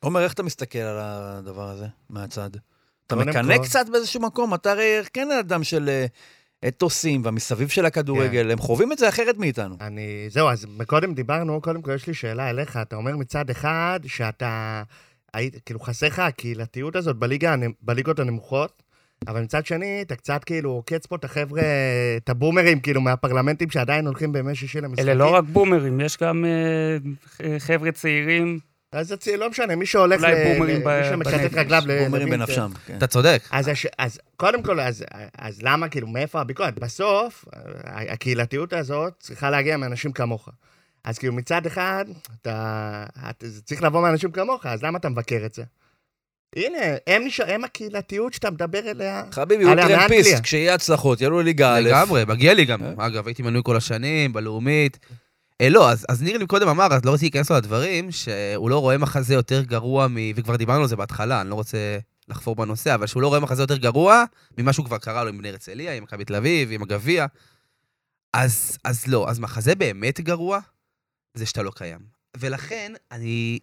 עומר, איך אתה מסתכל על הדבר הזה מהצד? אתה קודם מקנא כל- קצת באיזשהו מקום? אתה הרי כן אדם של אה, אתוסים והמסביב של הכדורגל, הם חווים את זה אחרת מאיתנו. אני, זהו, אז קודם דיברנו, קודם כל יש לי שאלה אליך, אתה אומר מצד אחד שאתה, היית, כאילו חסר לך הקהילתיות הזאת בליגה, בליגות הנמוכות, אבל מצד שני, אתה קצת כאילו עוקץ פה את החבר'ה, את הבומרים, כאילו, מהפרלמנטים שעדיין הולכים בימי שישי למשחקים. אלה לא רק בומרים, יש גם אה, חבר'ה צעירים. אז זה לא משנה, מי שהולך, אולי ל- בומרים ל- ב- מי שמכתת בנפש. רגליו ל- בומרים לווינטר. בנפשם. כן. אתה צודק. אז, הש... אז קודם כל, אז, אז למה, כאילו, מאיפה הביקורת? בסוף, הקהילתיות הזאת צריכה להגיע מאנשים כמוך. אז כאילו, מצד אחד, אתה, אתה זה צריך לבוא מאנשים כמוך, אז למה אתה מבקר את זה? הנה, הם, נשאר, הם הקהילתיות שאתה מדבר אליה. חביבי, הוא עליה מאנגליה. טרמפיסט, כשיהיה הצלחות, יעלו לליגה א'. לגמרי, מגיע לי גם. אה? אגב, הייתי מנוי כל השנים, בלאומית. אה, לא, אז, אז ניר לי קודם אמר, אז לא רציתי להיכנס לו לדברים, שהוא לא רואה מחזה יותר גרוע מ... וכבר דיברנו על זה בהתחלה, אני לא רוצה לחפור בנושא, אבל שהוא לא רואה מחזה יותר גרוע ממה שהוא כבר קרא לו עם בני הרצליה, עם מכבי תל אביב, עם הגביע. אז, אז לא, אז מחזה באמת גרוע, זה שאתה לא קיים. ולכן, אני...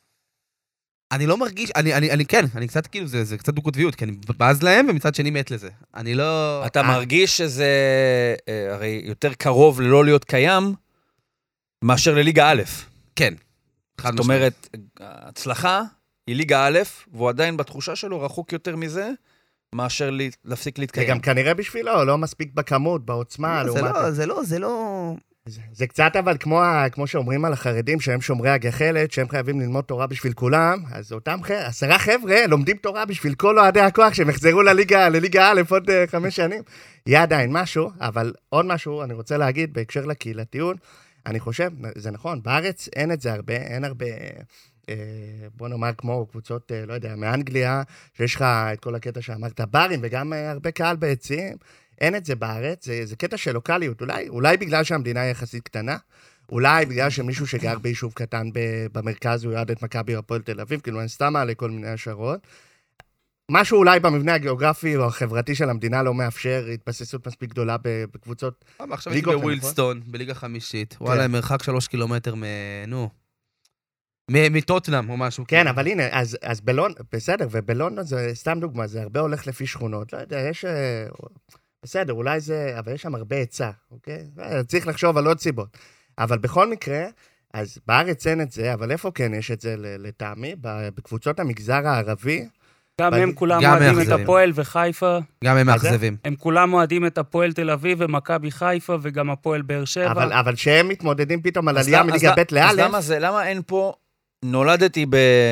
אני לא מרגיש, אני, אני, אני כן, אני קצת כאילו, זה, זה קצת דו-קוטביות, כי אני בז להם, ומצד שני מת לזה. אני לא... אתה אה, מרגיש שזה אה, הרי יותר קרוב ללא להיות קיים, מאשר לליגה א'. כן. חד זאת משמעית. אומרת, ההצלחה היא ליגה א', והוא עדיין בתחושה שלו רחוק יותר מזה, מאשר לי- להפסיק זה להתקיים. גם כנראה בשבילו, לא מספיק בכמות, בעוצמה, לא, זה לעומת... לא, זה לא, זה לא... זה, זה קצת אבל כמו, ה- כמו שאומרים על החרדים, שהם שומרי הגחלת, שהם חייבים ללמוד תורה בשביל כולם, אז אותם ח... עשרה חבר'ה לומדים תורה בשביל כל אוהדי הכוח, שהם יחזרו לליגה, לליגה א' עוד uh, חמש שנים. יהיה עדיין משהו, אבל עוד משהו אני רוצה להגיד בהקשר לקהילתיות, אני חושב, זה נכון, בארץ אין את זה הרבה, אין הרבה, אה, בוא נאמר כמו קבוצות, אה, לא יודע, מאנגליה, שיש לך את כל הקטע שאמרת, ברים, וגם אה, הרבה קהל ביציעים, אין את זה בארץ, זה, זה קטע של לוקליות, אולי, אולי בגלל שהמדינה היא יחסית קטנה, אולי בגלל שמישהו שגר ביישוב קטן ב- במרכז, הוא יועד את מכבי או הפועל תל אביב, כאילו אני סתם מעלה כל מיני השערות. משהו אולי במבנה הגיאוגרפי או החברתי של המדינה לא מאפשר התבססות מספיק גדולה ב- בקבוצות. עכשיו הייתי ליגות, בווילדסטון, בליגה חמישית. וואלה, מרחק שלוש קילומטר מ... נו. מ- מטוטנאם או משהו. כן, אבל הנה, אז, אז בלונדון, בסדר, ובלונדון זה סתם דוגמה, זה הרבה הולך לפי שכונות, לא יודע, יש... אה, בסדר, אולי זה, אבל יש שם הרבה היצע, אוקיי? אה, צריך לחשוב על עוד סיבות. אבל בכל מקרה, אז בארץ אין את זה, אבל איפה כן יש את זה ל- לטעמי? ב- בקבוצות המגזר הערבי, גם אבל- הם כולם גם אוהדים את מאכזבים. הפועל וחיפה, גם הם מה זה? מאכזבים. הם כולם אוהדים את הפועל תל אביב ומכבי חיפה וגם הפועל באר שבע. אבל, אבל שהם מתמודדים פתאום על אז עלייה למה- מליגה אז ב' למה- אז לאלף, למה זה, למה אין פה, נולדתי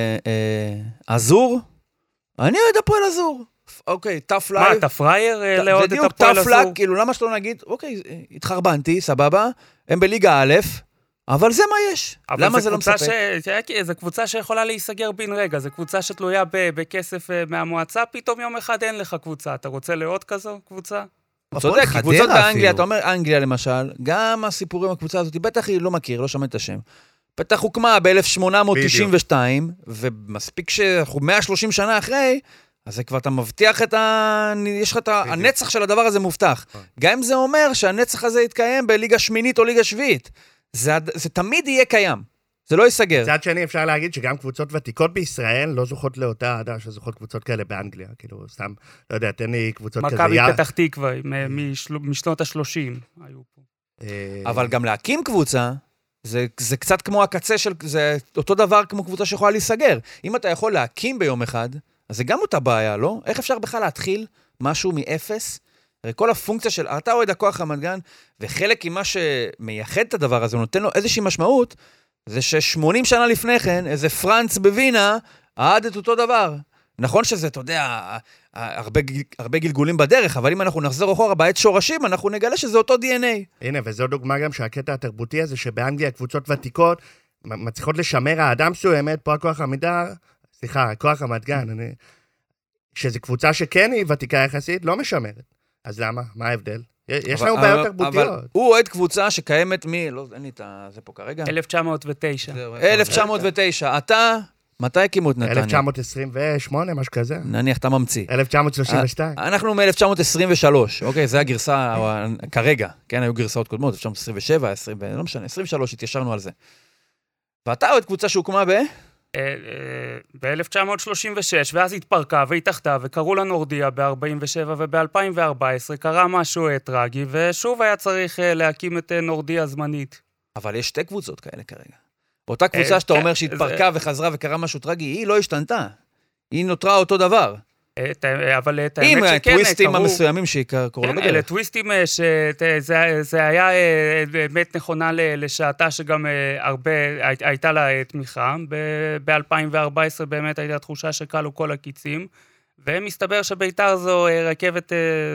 באזור, אני אוהד הפועל אזור. אוקיי, טאפ מה, לייב. אתה פראייר אה, זה לעוד את בדיוק הפועל טאפ לק, אזור? כאילו, למה שלא נגיד, אוקיי, התחרבנתי, סבבה, הם בליגה א', אבל זה מה יש. אבל למה זה זה לא קבוצה מספק? ש... זו קבוצה שיכולה להיסגר בן רגע, זו קבוצה שתלויה ב... בכסף אה, מהמועצה, פתאום יום אחד אין לך קבוצה. אתה רוצה לעוד כזו קבוצה? הוא צודק, כי חדרה קבוצות באנגליה, אפילו. אתה אומר אנגליה למשל, גם הסיפורים הקבוצה הזאת, בטח היא לא מכיר, לא שמעת את השם. בטח הוקמה ב-אלף שמונה מאות תשעים ושתיים, ומספיק שאנחנו מאה ושלושים שנה אחרי, אז זה כבר אתה מבטיח את ה... יש לך את ה... בדיוק. הנצח של הדבר הזה מובטח. גם אם זה אומר שהנצח הזה יתקיים בליגה שמינית או ליגה שביעית. זה, הד- זה תמיד יהיה קיים. זה לא ייסגר. מצד שני אפשר להגיד שגם קבוצות ותיקות בישראל לא זוכות לאותה אהדה שזוכות קבוצות כאלה באנגליה, כאילו סתם, לא יודע, תן לי קבוצות כזה. מכבי יא- פתח תקווה, מ- משל- משנות ה-שלושים היו פה. אה, אבל גם להקים קבוצה, זה, זה קצת כמו הקצה של... זה אותו דבר כמו קבוצה שיכולה להיסגר. אם אתה יכול להקים ביום אחד, אז זה גם אותה בעיה, לא? איך אפשר בכלל להתחיל משהו מאפס? הרי כל הפונקציה של... אתה אוהד הכוח רמת גן, וחלק ממה שמייחד את הדבר הזה, נותן לו איזושהי משמעות, זה ש-שמונים שנה לפני כן, איזה פרנץ בווינה, אהד את אותו דבר. נכון שזה, אתה יודע, הרבה, הרבה גלגולים בדרך, אבל אם אנחנו נחזור אחורה בעת שורשים, אנחנו נגלה שזה אותו די אן איי. הנה, וזו דוגמה גם שהקטע התרבותי הזה, שבאנגליה קבוצות ותיקות מ- מצליחות לשמר האדם מסוימת, פה הכוח עמידר, סליחה, הכוח רמת גן, אני... שזו קבוצה שכן היא ותיקה יחסית, לא משמרת. אז למה? מה ההבדל? יש לנו בעיות תרבותיות. אבל הוא אוהד קבוצה שקיימת מ... לא, אין לי את זה פה כרגע. אלף תשע מאות ותשע. אלף תשע מאות ותשע. אתה, מתי הקימו את נתניה? אלף תשע מאות עשרים ושמונה, משהו כזה. נניח, אתה ממציא. אלף תשע מאות שלושים ושתיים. אנחנו מ-אלף תשע מאות עשרים ושלוש, אוקיי? זה הגרסה כרגע. כן, היו גרסאות קודמות, אלף תשע מאות עשרים ושבע, עשרים, לא משנה, עשרים ושלוש, התיישרנו על זה. ואתה אוהד קבוצה שהוקמה ב... ב-אלף תשע מאות שלושים ושש, ואז התפרקה והתאחדה, וקראו לה נורדיה ב-ארבעים ושבע, וב-אלפיים וארבע עשרה קרה משהו טרגי, ושוב היה צריך להקים את נורדיה זמנית. אבל יש שתי קבוצות כאלה כרגע. אותה קבוצה שאתה אומר שהתפרקה וחזרה וקרה משהו טרגי, היא לא השתנתה. היא נותרה אותו דבר. אבל את האמת שכן, עם הטוויסטים המסוימים שקוראו כן, בדרך. אלה טוויסטים שזה היה באמת נכונה לשעתה שגם הרבה, הייתה לה תמיכה. ב-אלפיים וארבע עשרה באמת הייתה תחושה שקלו כל הקיצים, ומסתבר שביתר זו רכבת,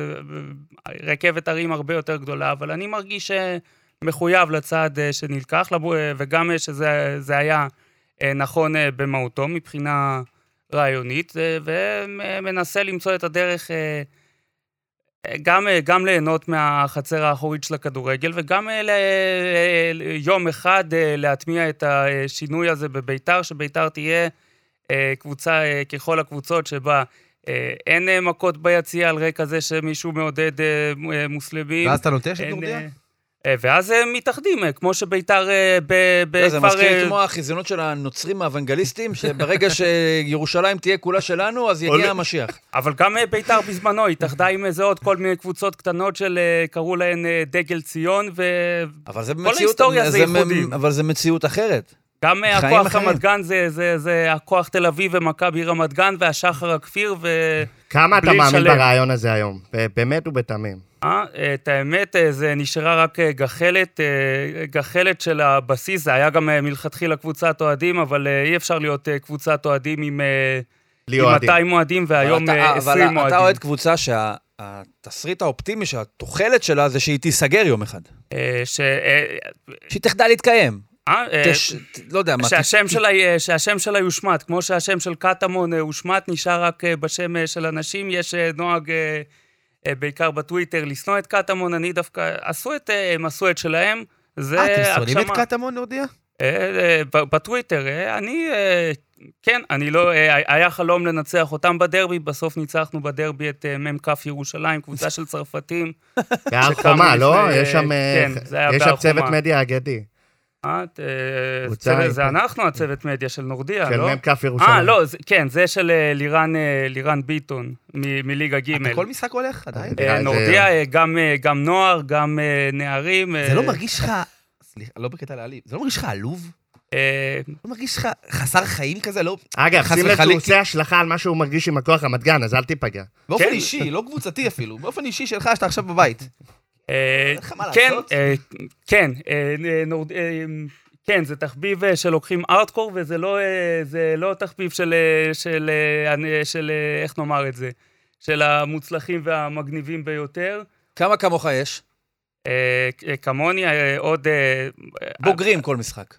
רכבת ערים הרבה יותר גדולה, אבל אני מרגיש מחויב לצעד שנלקח, וגם שזה היה נכון במהותו מבחינה רעיונית, ומנסה למצוא את הדרך גם, גם ליהנות מהחצר האחורית של הכדורגל, וגם יום אחד להטמיע את השינוי הזה בביתר, שביתר תהיה קבוצה ככל הקבוצות שבה אין מכות ביציע על רקע זה שמישהו מעודד מוסלמים. ואז אתה נוטש את נורדיה? ואז הם מתאחדים, כמו שביתר בכפר... זה מזכיר כמו החיזיונות של הנוצרים האוונגליסטים, שברגע שירושלים תהיה כולה שלנו, אז יגיע המשיח. אבל גם ביתר בזמנו התאחדה עם איזה עוד כל מיני קבוצות קטנות של קראו להן דגל ציון, וכל ההיסטוריה זה ייחודים. אבל זה מציאות אחרת. גם הכוח רמת גן זה הכוח תל אביב ומכבי רמת גן, והשחר הכפיר, ו... כמה אתה מאמין ברעיון הזה היום? באמת ובתמים. את האמת, זה נשארה רק גחלת, גחלת של הבסיס, זה היה גם מלכתחילה קבוצת אוהדים, אבל אי אפשר להיות קבוצת אוהדים עם מאתיים אוהדים, והיום עשרים אוהדים. אבל אתה אוהד קבוצה שהתסריט האופטימי, שהתוחלת שלה זה שהיא תיסגר יום אחד. שהיא תחדל להתקיים. לא יודע מה. שהשם שלה יושמט, כמו שהשם של קטמון הושמט, נשאר רק בשם של אנשים, יש נוהג... בעיקר בטוויטר, לסנוע את קטמון, אני דווקא, עשו את, הם עשו את שלהם, זה... אה, אתם שונאים את קטמון, נורדיה? בטוויטר, אני, כן, אני לא, היה חלום לנצח אותם בדרבי, בסוף ניצחנו בדרבי את ממקף ירושלים, קבוצה של צרפתים. בהר חומה, לא? יש שם צוות מדיה אגדי. זה אנחנו, הצוות מדיה של נורדיה, לא? של ממקף ירושלים. אה, לא, כן, זה של לירן ביטון, מליגה ג'. אתה כל משחק הולך, עדיין? נורדיה, גם נוער, גם נערים. זה לא מרגיש לך, סליחה, לא בקטע להעליב, זה לא מרגיש לך עלוב? לא מרגיש לך חסר חיים כזה, לא... אגב, שים לב שהוא עושה השלכה על מה שהוא מרגיש עם הכוח רמת גן, אז אל תיפגע. באופן אישי, לא קבוצתי אפילו, באופן אישי שלך, שאתה עכשיו בבית. כן, כן, כן, זה תחביב שלוקחים ארטקור, וזה לא תחביב של, איך נאמר את זה, של המוצלחים והמגניבים ביותר. כמה כמוך יש? כמוני עוד... בוגרים כל משחק.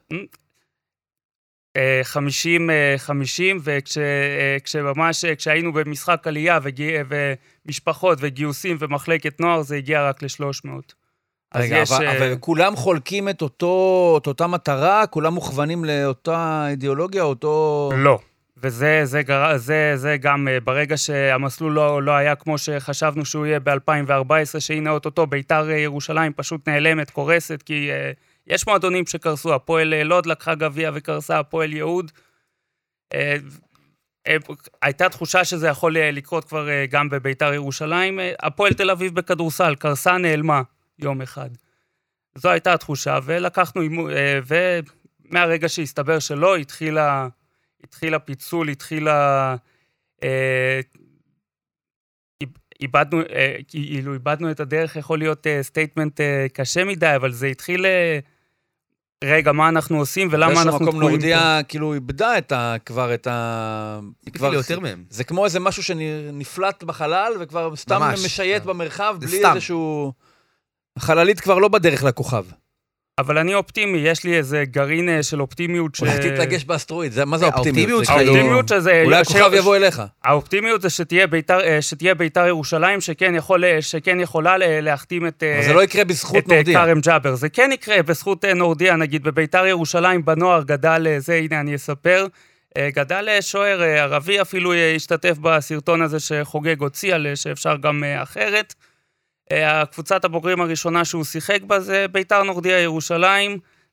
חמישים, חמישים, וכשממש, כשהיינו במשחק עלייה ומשפחות וגיוסים ומחלקת נוער, זה הגיע רק ל-שלוש מאות. רגע, אבל כולם חולקים את אותה מטרה? כולם מוכוונים לאותה אידיאולוגיה, אותו... לא. וזה גם ברגע שהמסלול לא היה כמו שחשבנו שהוא יהיה ב-אלפיים וארבע עשרה, שהנה אותו ביתר ירושלים פשוט נעלמת, קורסת, כי... יש מועדונים שקרסו, הפועל לוד לקחה גביע וקרסה, הפועל יהוד. הייתה תחושה שזה יכול לקרות כבר גם בביתר ירושלים. הפועל תל אביב בכדורסל, קרסה נעלמה יום אחד. זו הייתה התחושה, ולקחנו, ומהרגע שהסתבר שלא, התחילה, התחילה פיצול, התחילה... איבדנו, כאילו איבדנו את הדרך, יכול להיות סטייטמנט קשה מדי, אבל זה התחיל... רגע, מה אנחנו עושים ולמה אנחנו תקועים פה? נורדיה כאילו איבדה את ה... כבר את ה... כבר יותר מהם. זה כמו איזה משהו שנפלט בחלל, וכבר סתם משייט במרחב, בלי איזשהו... החללית כבר לא בדרך לכוכב. אבל אני אופטימי, יש לי איזה גרעין של אופטימיות ש... אולי תתנגש באסטרואיד, מה זה האופטימיות? האופטימיות שזה... אולי הכוכב יבוא אליך. האופטימיות זה שתהיה ביתר ירושלים, שכן יכולה להחתים את... אבל זה לא יקרה בזכות נורדיה. את קרם ג'אבר. זה כן יקרה בזכות נורדיה, נגיד, בביתר ירושלים בנוער גדל, זה הנה אני אספר, גדל שוער ערבי, אפילו השתתף בסרטון הזה שחוגג הוציא, שאפשר גם אחרת. הקבוצת הבוגרים הראשונה שהוא שיחק בה זה ביתר נורדיה ירושלים,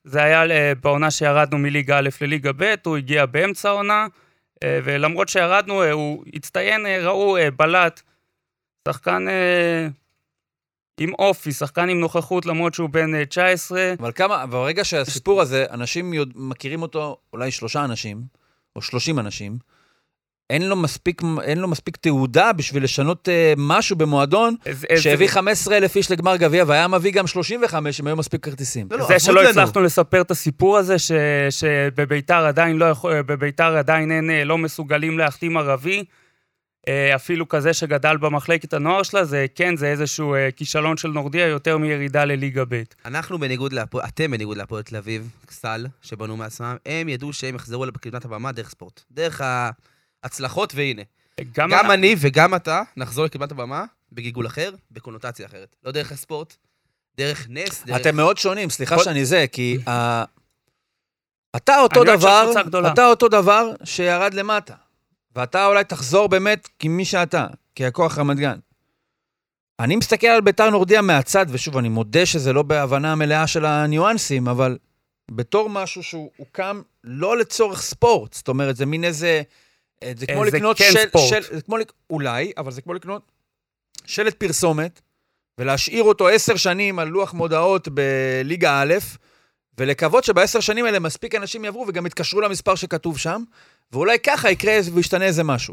זה היה בעונה שירדנו מליגה א' לליגה ב', הוא הגיע באמצע העונה, ולמרות שירדנו, הוא הצטיין, ראו, בלט, שחקן עם אופי, שחקן עם נוכחות, למרות שהוא בן תשע עשרה. אבל כמה, ברגע שהסיפור הזה, אנשים מכירים אותו, אולי שלושה אנשים, או שלושים אנשים, אין לו מספיק, אין לו מספיק תעודה בשביל לשנות uh, משהו במועדון, שהביא חמישה עשר אלף איש לגמר גביע, והיה מביא גם שלושים וחמש, אם היו מספיק כרטיסים. זה, זה שלא הצלחנו לספר את הסיפור הזה, ש, שבביתר עדיין לא יכול, בביתר עדיין אין, לא מסוגלים להחתים ערבי, אפילו כזה שגדל במחלקת הנוער שלה, זה כן, זה איזשהו כישלון של נורדיה, יותר מירידה לליגה ב'. אנחנו בניגוד להפועל, אתם בניגוד להפועל תל אביב, סל, שבנו מעצמם, הם ידעו שהם יחזרו לקדמת הבמה דרך ספורט, דרך ההצלחות, והנה. גם, גם אני וגם אתה נחזור לקדמת הבמה בגיגול אחר, בקונוטציה אחרת. לא דרך הספורט, דרך נס, דרך... אתם מאוד שונים, סליחה שאני זה, כי אתה אותו דבר, אתה אותו דבר שירד למטה. ואתה אולי תחזור באמת כמי שאתה, כהכוח רמת גן. אני מסתכל על ביתר נורדיה מהצד, ושוב, אני מודה שזה לא בהבנה המלאה של הניואנסים, אבל בתור משהו שהוא הוקם לא לצורך ספורט, זאת אומרת, זה מין איזה, זה כמו לקנות כן של, ספורט. של, זה כמו, אולי, אבל זה כמו לקנות שלט פרסומת, ולהשאיר אותו עשר שנים על לוח מודעות בליגה א', ולקוות שבעשר שנים האלה מספיק אנשים יעברו, וגם יתקשרו למספר שכתוב שם, ואולי ככה יקרה וישתנה איזה משהו.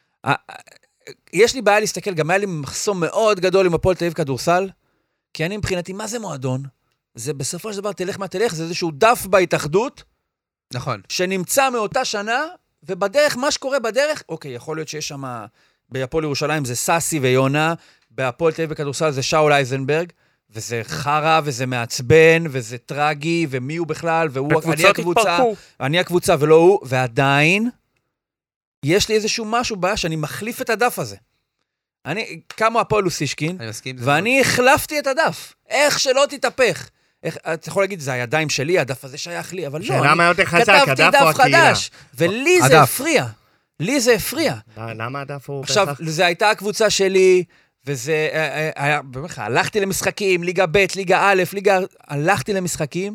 יש לי בעיה להסתכל, גם היה לי מחסום מאוד גדול עם הפועל תל אביב כדורסל, כי אני מבחינתי, מה זה מועדון? זה בסופו של דבר, תלך מה תלך, זה איזשהו דף בהתאחדות, נכון. שנמצא מאותה שנה, ובדרך, מה שקורה בדרך, אוקיי, יכול להיות שיש שם, בהפועל ירושלים זה סאסי ויונה, בהפועל תל אביב כדורסל זה שאול אייזנברג, וזה חרה, וזה מעצבן, וזה טרגי, ומי הוא בכלל, והוא, אני הקבוצה, אני הקבוצה ולא הוא, ועדיין, יש לי איזשהו משהו בעיה שאני מחליף את הדף הזה. אני, כמה הפועל אוסישקין, ואני החלפתי את הדף. איך שלא תתהפך. איך, אתה יכול להגיד, זה הידיים שלי, הדף הזה שייך לי, אבל לא, אני כתבתי דף חדש, ולי זה הפריע. לי זה הפריע. למה הדף הוא... עכשיו, זה הייתה הקבוצה שלי, וזה היה, באמת, הלכתי למשחקים, ליגה ב', ליגה א', ליגה, הלכתי למשחקים,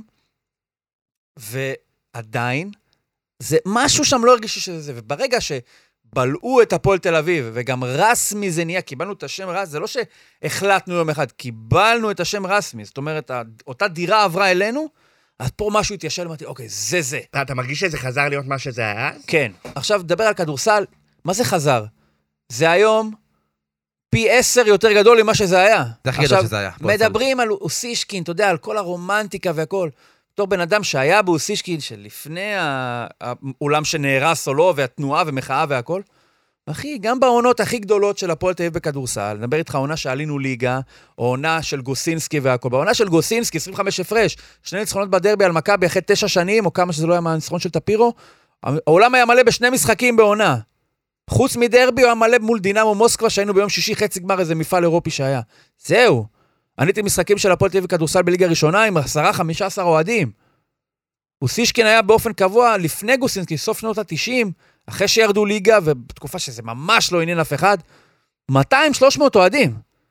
ועדיין, זה משהו שם לא הרגישי שזה זה, וברגע שבלעו את הפועל תל אביב, וגם רסמי זה נהיה, קיבלנו את השם רסמי, זה לא שהחלטנו יום אחד, קיבלנו את השם רסמי, זאת אומרת, אותה דירה עברה אלינו, אז פה משהו התיישב, אמרתי, אוקיי, זה זה. אתה מרגיש שזה חזר להיות מה שזה היה? כן. עכשיו, דבר על כדורסל, מה זה חזר? זה היום פי עשר יותר גדול ממה שזה היה. זה הכי גדול שזה היה. מדברים על אוסישקין, אתה יודע, על כל הרומנטיקה והכל. בתור בן אדם שהיה באוסישקין, שלפני האולם שנהרס או לא, והתנועה ומחאה והכל, אחי, גם בעונות הכי גדולות של הפועל תל אביב בכדורסל, נדבר איתך עונה שעלינו ליגה, או עונה של גוסינסקי והכל. בעונה של גוסינסקי, עשרים וחמש הפרש, שני ניצחונות בדרבי על מכבי אחרי תשע שנים, או כמה שזה לא היה מהניצחון של טפירו, העולם היה מלא בשני משחקים בעונה. חוץ מדרבי, הוא היה מלא מול דינמו מוסקבה, שהיינו ביום שישי חצי גמר איזה מפעל אירופי שהיה. זהו. אני הייתי משחקים של הפועל תל אביב בכדורסל בליגה ראשונה, עם עשרה חמישה עשר אוהדים. גוסישקין היה באופן קבוע לפני גוסינסקי, סוף שנות ה-תשעים, אחרי שירדו ליגה, ובתקופה שזה ממש לא עניין אף אחד, מאתיים שלוש מאות אוהדים.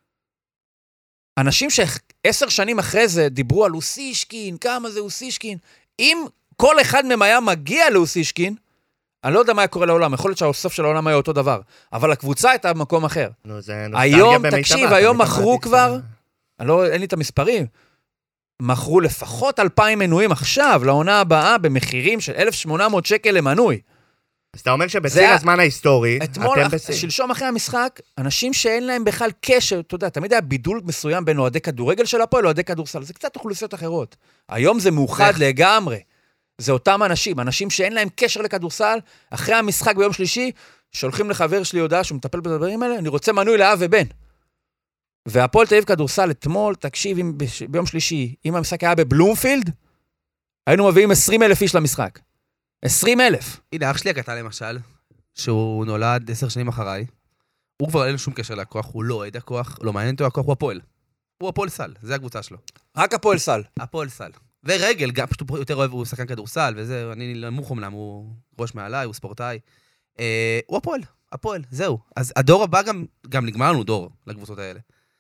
אנשים שעשר שנים אחרי זה דיברו על אוסישקין, כמה זה אוסישקין. אם כל אחד מהם היה מגיע לאוסישקין, אני לא יודע מה היה קורה לעולם, יכול להיות שהסוף של העולם היה אותו דבר, אבל הקבוצה הייתה במקום אחר. נו, זה היום, תקשיב, היום מכרו כבר, לא, אין לי את המספרים, מכרו לפחות אלפיים מנויים עכשיו, לעונה הבאה, במחירים של אלף ושמונה מאות שקל למנוי. אז אתה אומר שבציר הזמן ההיסטורי, אתמול, שלשום אחרי המשחק, אנשים שאין להם בכלל קשר, אתה יודע, תמיד היה בידול מסוים בין אוהדי כדורגל של הפועל לאוהדי כדורסל, זה קצת אוכלוסיות אחרות. היום זה מאוחד לגמרי. זה אותם אנשים, אנשים שאין להם קשר לכדורסל, אחרי המשחק ביום שלישי, שולחים לחבר שלי הודעה שהוא מטפל בדברים האלה, אני רוצה מנוי לאב ובן. והפועל תל אביב כדורסל אתמול, תקשיב, ביום שלישי, אם המשחק היה בבלומפילד, היינו מביאים עשרים אלף איש למשחק. עשרים אלף. הנה, אח שלי הקטן למשל, שהוא נולד עשר שנים אחריי, הוא כבר אין לו שום קשר לכוח, הוא לא אוהד הכוח, לא מעניין אותו הכוח, הוא הפועל. הוא הפועל סל, זה הקבוצה שלו. רק הפועל סל. הפועל סל. ורגל, גם פשוט יותר אוהב, הוא שחקן כדורסל, וזה, אני נמוך אמנם, הוא ראש מעליי, הוא ספורטאי. אה, הוא הפועל, הפועל, זהו. אז הדור הבא גם, גם נגמר לנו דור לקבוצות האלה.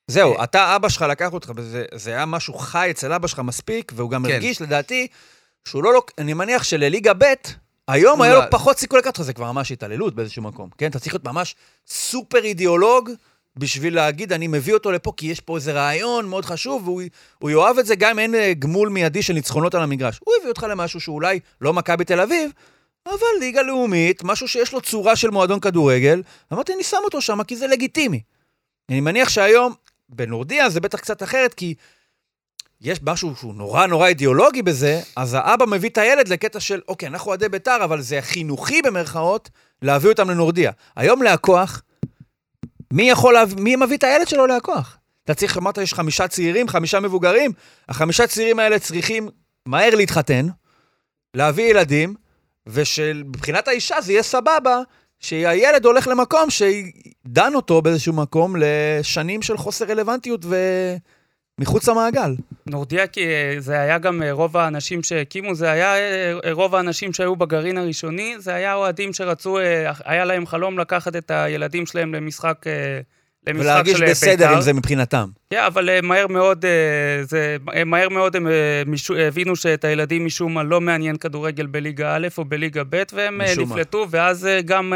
זהו, אתה, אבא שלך לקח אותך, וזה היה משהו חי אצל אבא שלך מספיק, והוא גם הרגיש, לדעתי, שהוא לא, אני מניח שלליגה ב' היום היה לו פחות סיכוי לקחת אותך, זה כבר ממש התעללות באיזשהו מקום, כן? אתה צריך להיות ממש סופר אידיאולוג, בשביל להגיד, אני מביא אותו לפה, כי יש פה איזה רעיון מאוד חשוב, והוא יאהב את זה גם אם אין גמול מיידי של ניצחונות על המגרש. הוא הביא אותך למשהו שאולי לא מכבי תל אביב, אבל ליגה לאומית, משהו שיש לו צורה של מועדון כדורגל, אמרתי, אני שם אותו שם, כי זה לגיטימי. אני מניח שהיום, בנורדיה זה בטח קצת אחרת, כי יש משהו שהוא נורא נורא אידיאולוגי בזה, אז האבא מביא את הילד לקטע של, אוקיי, אנחנו עדי ביתר, אבל זה חינוכי במרכאות, להביא אותם לנורדיה. היום להכוח, מי יכול להביא, מי מביא את הילד שלו להכוח? אתה צריך, אמרת, יש חמישה צעירים, חמישה מבוגרים, החמישה צעירים האלה צריכים מהר להתחתן, להביא ילדים, ושבבחינת האישה זה יהיה סבבה, שהילד הולך למקום שידן אותו באיזשהו מקום לשנים של חוסר רלוונטיות ומחוץ למעגל. נורדיה, כי זה היה גם רוב האנשים שהקימו, זה היה רוב האנשים שהיו בגרעין הראשוני, זה היה אוהדים שרצו, היה להם חלום לקחת את הילדים שלהם למשחק, למשחק ולהרגיש בסדר עם זה מבחינתם. כן, אבל מהר מאוד, זה, מהר מאוד הם הבינו שאת הילדים משום מה לא מעניין כדורגל בליגה א' או בליגה ב', והם נפלטו, ואז גם,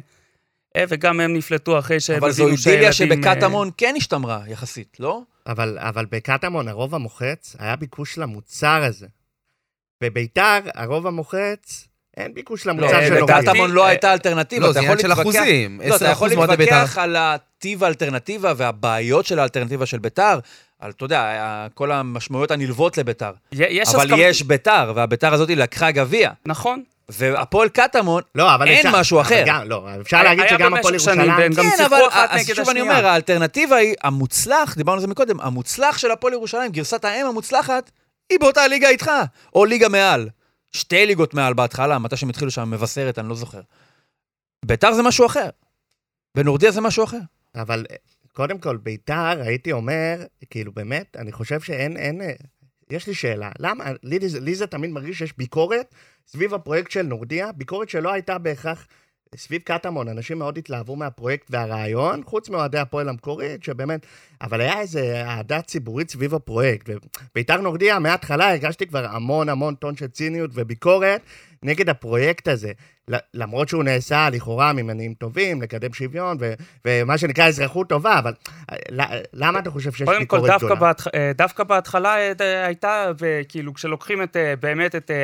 וגם הם נפלטו אחרי שהם הבינו שהילדים... אבל זו אידיליה שבקטמון כן השתמרה יחסית, לא? אבל, אבל בקטמון הרוב המוחץ היה ביקוש למוצר הזה. בביתר הרוב המוחץ... אין ביקוש למוצר של נורדיה. בקטמון לא הייתה אלטרנטיבה. לא, זה עניין של אחוזים. לא, אתה יכול להתווכח על הטיב האלטרנטיבה והבעיות של האלטרנטיבה של ביתר, על, אתה יודע, כל המשמעויות הנלוות לביתר. אבל יש ביתר, והביתר הזאת לקחה גביע. נכון. והפועל קטמון, אין משהו אחר. לא, אפשר להגיד שגם הפועל ירושלים. כן, אבל שוב אני אומר, האלטרנטיבה היא המוצלח, דיברנו על זה מקודם, המוצלח של הפועל ירושלים, גרסת האם המוצלחת, היא באותה ליגה איתך, או ליגה מעל. שתי ליגות מעל בהתחלה, מתי שהם התחילו שם מבשרת, אני לא זוכר. ביתר זה משהו אחר. בנורדיה זה משהו אחר. אבל קודם כל, ביתר, הייתי אומר, כאילו באמת, אני חושב שאין, אין, יש לי שאלה. למה? לי, לי זה תמיד מרגיש שיש ביקורת סביב הפרויקט של נורדיה, ביקורת שלא הייתה בהכרח סביב קטמון. אנשים מאוד התלהבו מהפרויקט והרעיון, חוץ מאוהדי הפועל המקורית, שבאמת, אבל היה איזה אהדה ציבורית סביב הפרויקט. וביתר נורדיה, מההתחלה הרגשתי כבר המון המון טון של ציניות וביקורת נגד הפרויקט הזה. למרות שהוא נעשה לכאורה ממניעים טובים, לקדם שוויון, ו- ומה שנקרא אזרחות טובה, אבל למה אתה חושב שיש ביקורת גדולה? קודם כל, דווקא בהתחלה הייתה, וכאילו כשלוקחים את, באמת את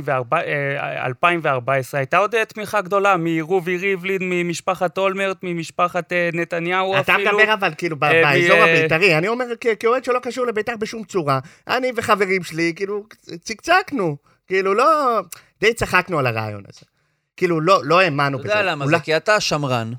אלפיים וארבע עשרה, הייתה עוד תמיכה גדולה, מרובי ריבלין, ממשפחת אולמרט, ממשפחת נתניהו אתה אפילו. אתה מדבר אבל כאילו באזור הבית"רי, אני אומר כאוהד שלא קשור לבית"ר בשום צורה, אני וחברים שלי, כאילו, צקצקנו, כאילו לא, די צחקנו על הרעיון הזה. כאילו, לא, לא האמנו בזה. אתה יודע למה זה? כי אתה שמרן,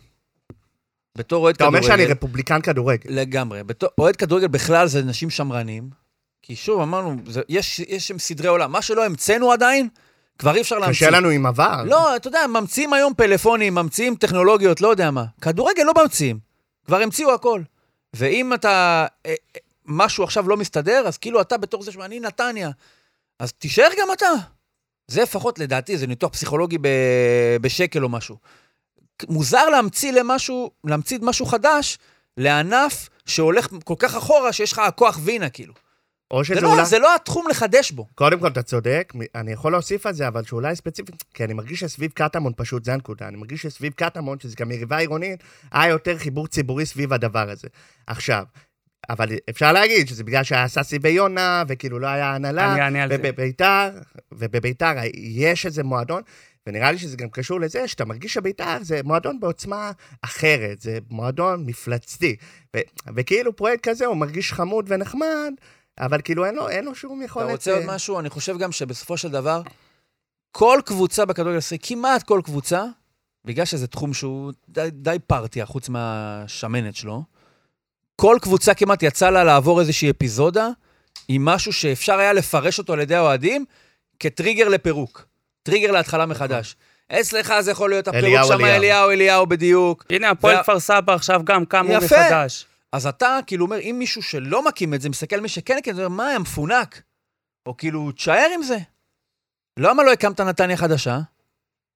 בתור אוהד כדורגל... אתה אומר שאני רפובליקן כדורגל. לגמרי. אוהד כדורגל בכלל זה אנשים שמרנים, כי שוב, אמרנו, יש שם סדרי עולם. מה שלא המצאנו עדיין, כבר אי אפשר להמציא. קשה לנו עם עבר. לא, אתה יודע, ממציאים היום פלאפונים, ממציאים טכנולוגיות, לא יודע מה. כדורגל לא ממציאים. כבר המציאו הכל. ואם אתה... משהו עכשיו לא מסתדר, אז כאילו אתה בתור זה שאני נתניה, אז תישאר גם אתה. זה לפחות לדעתי, זה ניתוח פסיכולוגי ב- בשקל או משהו. מוזר להמציא למשהו, להמציא משהו חדש, לענף שהולך כל כך אחורה, שיש לך הכוח וינה, כאילו. זה, לא, זה לא התחום לחדש בו. קודם כל, אתה צודק, אני יכול להוסיף על זה, אבל שאולי ספציפית, כי אני מרגיש שסביב קטמון פשוט זה הנקודה, אני מרגיש שסביב קטמון, שזה גם יריבה עירונית, היה יותר חיבור ציבורי סביב הדבר הזה. עכשיו, אבל אפשר להגיד שזה בגלל שהיה ססי ביונה, וכאילו לא היה הנהלה, ובביתר, ובביתר יש איזה מועדון, ונראה לי שזה גם קשור לזה, שאתה מרגיש שביתר זה מועדון בעוצמה אחרת, זה מועדון מפלצתי, ו- וכאילו פרויקט כזה הוא מרגיש חמוד ונחמד, אבל כאילו אין לו, אין לו שום יכולת... אתה רוצה עוד משהו? אני חושב גם שבסופו של דבר, כל קבוצה בכדורגל הישראלי, כמעט כל קבוצה, בגלל שזה תחום שהוא די, די פרטיה, חוץ מהשמנת שלו, כל קבוצה כמעט יצא לה לעבור איזושהי אפיזודה, עם משהו שאפשר היה לפרש אותו על ידי האוהדים, כטריגר לפירוק. טריגר להתחלה מחדש. אצלך זה יכול להיות הפירוק שם, אליהו, אליהו בדיוק. הנה, הפועל כפר סבא עכשיו גם קמו מחדש. אז אתה כאילו אומר, אם מישהו שלא מקים את זה, מסתכל מי שכן, כי זה אומר, מה, הם מפונק? או כאילו, תשאר עם זה. למה לא הקמת נתניה חדשה?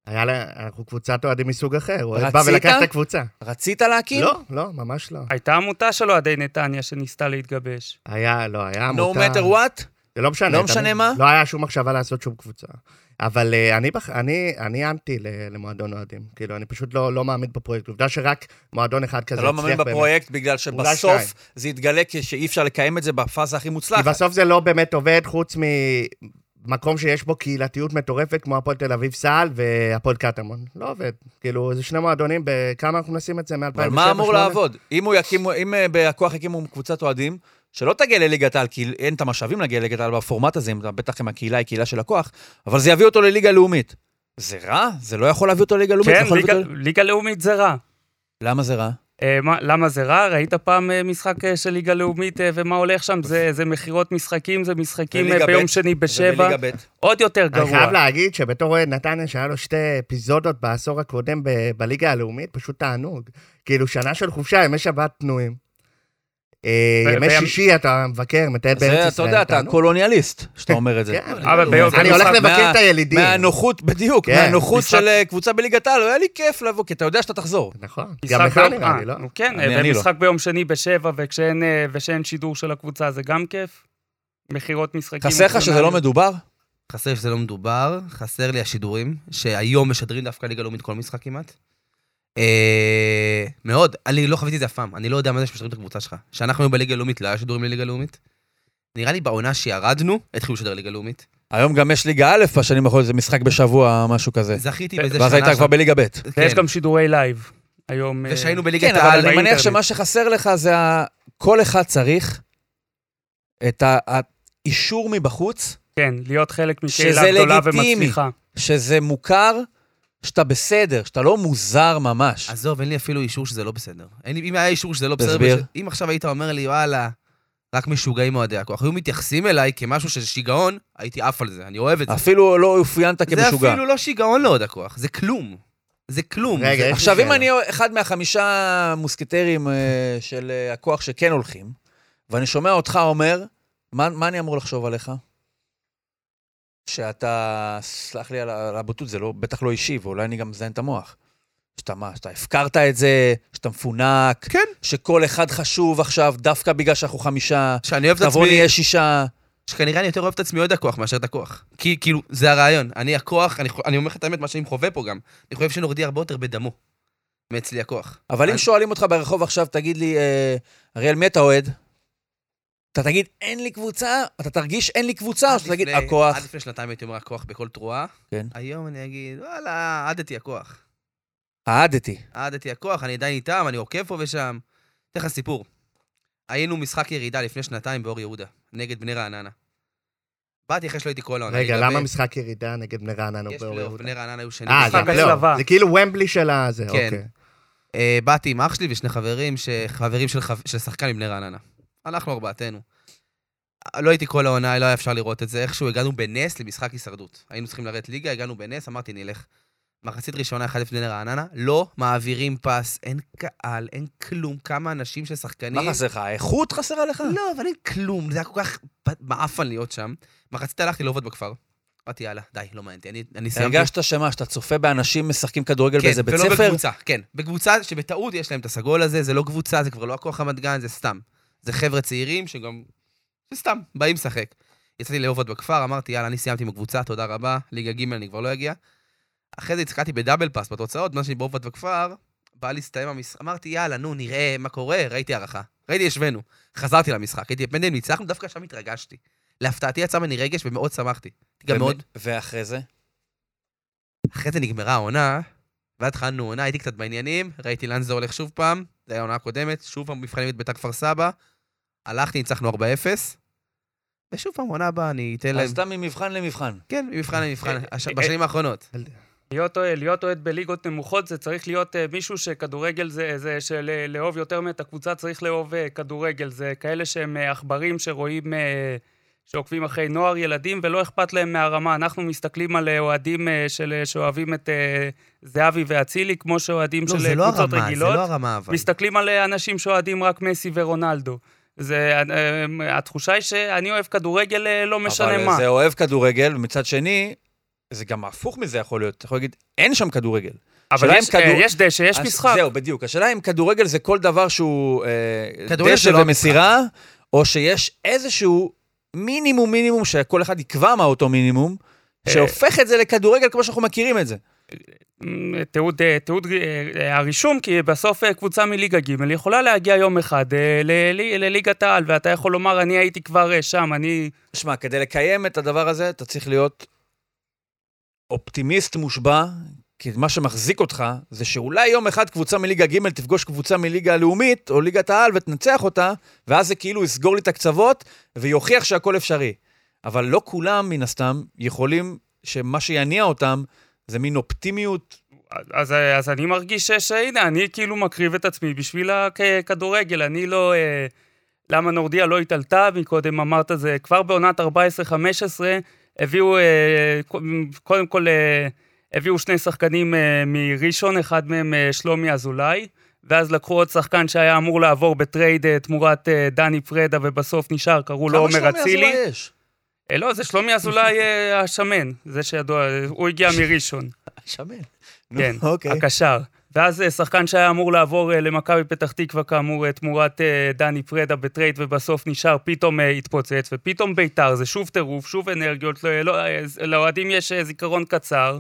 היה לה, אנחנו קבוצת אוהדים מסוג אחר, הוא רצית? בא ולקח את הקבוצה. רצית להקים? לא, לא, ממש לא. הייתה עמותה של אוהדי נתניה שניסתה להתגבש. היה, לא, היה No עמותה... matter what? זה לא משנה. לא משנה תמיד, מה? לא היה שום מחשבה לעשות שום קבוצה. אבל uh, אני, בח... אני, אני אנטי למועדון אוהדים. כאילו, אני פשוט לא, לא מאמין בפרויקט. עובדה שרק מועדון אחד כזה אתה לא הצליח מאמין באמת. בפרויקט בגלל אולי שבסוף שניים. זה יתגלה שאי אפשר לקיים את זה בפאזה הכי כי מוצלחת. בסוף זה לא באמת עובד חוץ ממקום שיש בו קהילתיות מטורפת, כמו הפועל תל אביב סל והפועל קטמון. לא עובד. כאילו, זה שני מועדונים, בכמה אנחנו נשים את זה מ-אלפיים ושבע אבל מה אמור לעבוד? אם הוא יקים, אם בהכוח יקימו קבוצת אוהדים, שלא תגיע לליגת העל, כי אין את המשאבים להגיע לליגת העל בפורמט הזה, בטח עם הקהילה היא קהילה של הכוח, אבל זה יביא אותו לליגה לאומית. זה רע? זה לא יכול להביא אותו לליגה לאומית? כן, ליגה, אותו... ליגה לאומית זה רע. למה זה רע? אה, מה, למה זה רע? ראית פעם אה, משחק אה, של ליגה לאומית אה, ומה הולך שם? זה, זה מחירות משחקים, זה משחקים אה, ביום בית, שני בשבע. עוד יותר גרוע. אני חייב להגיד שבתור אוהד נתניה שהיה לו שתי אפיזודות בעשור הקודם ב- בליגה הלאומית, פשוט תענוג. כאילו שנה של חופשה, ימי שבת פנויים. ימי שישי אתה מבקר, מתעד בארץ ישראל. אתה יודע, אתה קולוניאליסט, שאתה אומר את זה. אני הולך לבקר את הילידים. מהנוחות, בדיוק, מהנוחות של קבוצה בליגת העל, היה לי כיף לבוא, כי אתה יודע שאתה תחזור. נכון, גם לך נראה לי, לא? כן, ומשחק ביום שני בשבע, וכשאין שידור של הקבוצה, זה גם כיף. מחירות משחקים. חסר לך שזה לא מדובר? חסר שזה לא מדובר, חסר לי השידורים, שהיום משדרים דווקא ליגה לאומית כל משחק כמעט. מאוד, אני לא חוויתי את זה אף פעם, אני לא יודע מה זה שמשדרים את הקבוצה שלך. שאנחנו היום בליגה לאומית, לא היה שידורים לליגה לאומית. נראה לי בעונה שירדנו, התחילו לשדר ליגה לאומית. היום גם יש ליגה א' בשנים האחרונות, זה משחק בשבוע, משהו כזה. זכיתי בזה שנה. ואז הייתה כבר בליגה ב'. ויש גם שידורי לייב. היום... ושהיינו בליגת העל. כן, אבל אני מניח שמה שחסר לך זה כל אחד צריך את האישור מבחוץ. כן, להיות חלק מקהילה גדולה ומצליחה. שזה מוכר, שאתה בסדר, שאתה לא מוזר ממש. עזוב, אין לי אפילו אישור שזה לא בסדר. אין, אם היה אישור שזה לא בסדר, בסדר, אם עכשיו היית אומר לי, וואלה, רק משוגעים אוהדי הכוח, היו מתייחסים אליי כמשהו שזה שיגעון, הייתי עף על זה, אני אוהב את זה. אפילו לא אופיינת כמשוגע. זה אפילו לא שיגעון לאוהדי הכוח, זה כלום. זה כלום. רגע, זה... עכשיו, אם אני אחד מהחמישה מוסקטרים של הכוח שכן הולכים, ואני שומע אותך אומר, מה, מה אני אמור לחשוב עליך? שאתה, סלח לי על הבוטות, זה לא, בטח לא אישי, ואולי אני גם מזיין את המוח. שאתה מה, שאתה הפקרת את זה, שאתה מפונק, כן. שכל אחד חשוב עכשיו, דווקא בגלל שאנחנו חמישה, שאני אוהב את עצמי, תבוא נהיה שישה. שכנראה אני יותר אוהב את עצמי עוד הכוח מאשר את הכוח. כי כאילו, זה הרעיון. אני הכוח, אני, אני אומר לך את האמת, מה שאני חווה פה גם. אני חושב שנורדי הרבה יותר בדמו, מאצלי הכוח. אבל אני... אם שואלים אותך ברחוב עכשיו, תגיד לי, אה, אריאל, מי אתה אוהד? אתה תגיד, אין לי קבוצה, אתה תרגיש, אין לי קבוצה, או שאתה תגיד, הכוח. עד לפני שנתיים הייתי אומר הכוח בכל תרועה. כן. היום אני אגיד, וואלה, עדתי הכוח. עדתי. עדתי הכוח, אני עדיין איתם, אני עוקב פה ושם. אתן לך סיפור. היינו משחק ירידה לפני שנתיים באור יהודה, נגד בני רעננה. באתי אחרי שלא הייתי כל העונה. רגע, למה משחק ירידה נגד בני רעננה באור יהודה? יש פלייאוף, בני רעננה היו שני. אה, זה פלייאוף. זה כאילו ומבלי של הזה, אוקיי. באתי עם אח שלי ושני חברים, חברים של שחקן מבני רעננה. אנחנו ארבעתנו. לא הייתי כל העונה, לא היה אפשר לראות את זה. איכשהו הגענו בנס למשחק הישרדות. היינו צריכים לרדת ליגה, הגענו בנס, אמרתי נלך. מחצית ראשונה אחד לפני רעננה, לא מעבירים פס, אין קהל, אין כלום, כמה אנשים של שחקנים. מה חסר לך? האיכות חסרה לך? לא, אבל אין כלום, זה היה כל כך מעפן להיות שם. מחצית הלכתי לעבוד בכפר. אמרתי, יאללה, די, לא מעניינתי, אני, אני סיימתי. הרגשת שמה, שאתה צופה באנשים משחקים כדורגל באיזה בית ספר? כן, ולא בקבוצה, כן. בקבוצה שבטעות יש להם את הסגול הזה, זה לא קבוצה, זה כבר לא הכוח רמת גן, זה סתם. זה חבר'ה צעירים שגם, שסתם, באים לשחק. יצאתי לעבוד בכפר, אמרתי, יאללה, אני סיימתי עם הקבוצה, תודה רבה, ליגה ג' אני כבר לא אגיע. אחרי זה הצחקתי בדאבל פאס בתוצאות, מה שאני בעובד בכפר, בא להסתיים המשחק, אמרתי, יאללה, נו, נראה מה קורה, ראיתי הערכה. ראיתי, ישבנו. חזרתי למשחק, הייתי בפנדל, ניצחנו, דווקא שם התרגשתי. להפתעתי יצא ממני רגש ומאוד שמחתי. גם מאוד. ואחרי זה? אחרי זה נגמרה העונה, והתחלנו עונה, הייתי קצת בעניינים, ראיתי לאן זה הולך שוב פעם, זה היה העונה הקודמת, שוב פעם מבחנים את בית"ר כפר סבא, הלכתי, ניצחנו ארבע אפס, ושוב פעם עונה הבאה, אני אתן להם... אז אתה ממבחן למבחן. כן, ממבחן למבחן, בשנים האחרונות. להיות אוהד, להיות אוהד בליגות נמוכות, זה צריך להיות מישהו שכדורגל זה, זה של לאהוב יותר מאת הקבוצה, צריך לאהוב כדורגל, זה כאלה שהם עכברים שרואים, שעוקבים אחרי נוער ילדים, ולא אכפת להם מהרמה. אנחנו מסתכלים על אוהדים של, שאוהבים את זהבי ואצילי, כמו שאוהדים של לא קבוצות הרמה, רגילות. זה לא הרמה, אבל. מסתכלים על אנשים שאוהדים רק מסי ורונלדו. זה, התחושה היא שאני אוהב כדורגל לא משנה אבל מה. זה אוהב כדורגל, ומצד שני, זה גם הפוך מזה יכול להיות, אתה יכול להגיד, אין שם כדורגל. אבל יש, כדור... יש דשא, יש משחק. זהו, בדיוק. השאלה אם כדורגל זה כל דבר שהוא דשא ומסירה, או שיש איזשהו מינימום מינימום, שכל אחד יקבע מה אותו מינימום, שהופך את זה לכדורגל כמו שאנחנו מכירים את זה. תיעוד, תיעוד הרישום, כי בסוף קבוצה מליגה ג' יכולה להגיע יום אחד לליגת העל, ואתה יכול לומר, אני הייתי כבר שם, אני... שמע, כדי לקיים את הדבר הזה, אתה צריך להיות אופטימיסט מושבע, כי מה שמחזיק אותך, זה שאולי יום אחד קבוצה מליגה ג' תפגוש קבוצה מליגה הלאומית, או ליגת העל, ותנצח אותה, ואז זה כאילו יסגור לי את הקצוות, ויוכיח שהכל אפשרי. אבל לא כולם, מן הסתם, יכולים שמה שיניע אותם, זה מין אופטימיות. אז, אז אני מרגיש שהנה, אני כאילו מקריב את עצמי בשביל הכדורגל, אני לא... אה, למה נורדיה לא התעלתה, מקודם אמרת זה, כבר בעונת ארבע עשרה חמש עשרה, הביאו, אה, קודם כל, אה, הביאו שני שחקנים אה, מראשון, אחד מהם אה, שלומי אזולאי, ואז לקחו עוד שחקן שהיה אמור לעבור בטרייד אה, תמורת אה, דני פרדה, ובסוף נשאר, קראו לו עומר אצילי. כמה שלומי אזולאי יש? לא, זה שלומי אזולאי השמן, זה שידוע, הוא הגיע מראשון. השמן? כן, הקשר. ואז שחקן שהיה אמור לעבור למכבי פתח תקווה, כאמור, תמורת דני פרדה בטרייד, ובסוף נשאר, פתאום התפוצץ, ופתאום ביתר, זה שוב טירוף, שוב אנרגיות, לאוהדים יש זיכרון קצר.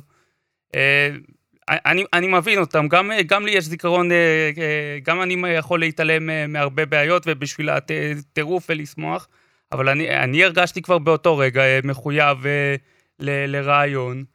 אני, אני מבין אותם, גם, גם לי יש זיכרון, גם אני יכול להתעלם מהרבה בעיות, ובשביל הטירוף ולשמוח, אבל אני, אני הרגשתי כבר באותו רגע מחויב ל, לרעיון.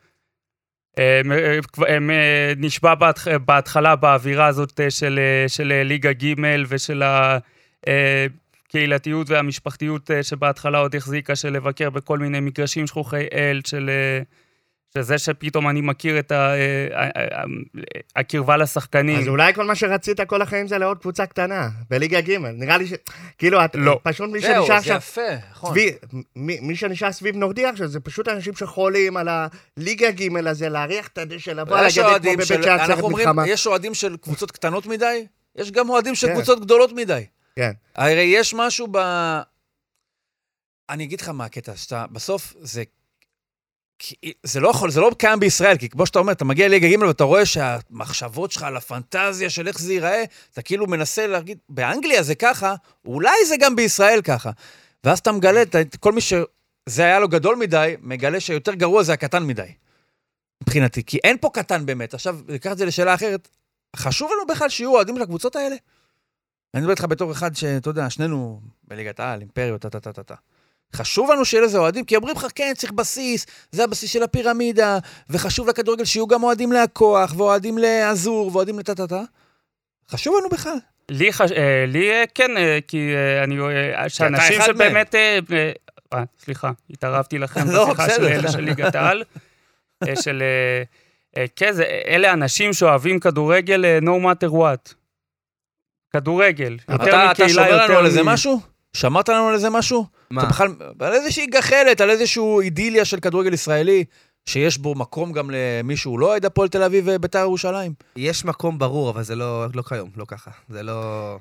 נשבע בהתחלה באווירה הזאת של, של ליגה ג' ושל הקהילתיות והמשפחתיות שבהתחלה עוד החזיקה, של לבקר בכל מיני מגרשים שכוחי אל, של... שזה שפתאום אני מכיר את הקרבה לשחקנים. אז אולי כל מה שרצית כל החיים זה לעוד קבוצה קטנה, בליגה ג'. נראה לי ש... כאילו, פשוט מי שנשאר עכשיו... זהו, זה יפה, נכון. מי שנשאר סביב נורדיה עכשיו, זה פשוט אנשים שחולים על הליגה ג' הזה, להריח את הדשא, לבוא לגדל כמו בבית שעצרת מלחמה. יש אוהדים של קבוצות קטנות מדי, יש גם אוהדים של קבוצות גדולות מדי. כן. הרי יש משהו ב... אני אגיד לך מה הקטע, בסוף זה... זה לא יכול, זה לא קיים בישראל, כי כמו שאתה אומר, אתה מגיע ליגה ג' ואתה רואה שהמחשבות שלך על הפנטזיה של איך זה ייראה, אתה כאילו מנסה להגיד, באנגליה זה ככה, אולי זה גם בישראל ככה. ואז אתה מגלה, כל מי שזה היה לו גדול מדי, מגלה שיותר גרוע זה הקטן מדי. מבחינתי, כי אין פה קטן באמת. עכשיו, לקח את זה לשאלה אחרת, חשוב לנו בכלל שיהיו אוהדים של הקבוצות האלה? אני מדבר איתך בתור אחד שאתה יודע, שנינו בליגת העל, אימפריות, טה-טה-טה-טה. חשוב לנו שיהיה לזה אוהדים, כי אומרים לך, כן, צריך בסיס, זה הבסיס של הפירמידה, וחשוב לכדורגל שיהיו גם אוהדים להכוח, ואוהדים לאזור, ואוהדים לטטטה. חשוב לנו בכלל. לי, לי כן, כי אני, שאנשים שבאמת, סליחה, התערבתי לכם בשיחה של ליגת העל, של, כן, אלה אנשים שאוהבים כדורגל, no matter what. כדורגל. אתה שומר לנו על איזה משהו? שמעת לנו על איזה משהו? מה? בכלל, על איזושהי גחלת, על איזשהו אידיליה של כדורגל ישראלי, שיש בו מקום גם למישהו, לא עד הפועל תל אביב ובית"ר ירושלים. יש מקום ברור, אבל זה לא, לא כיום, לא ככה. זה לא...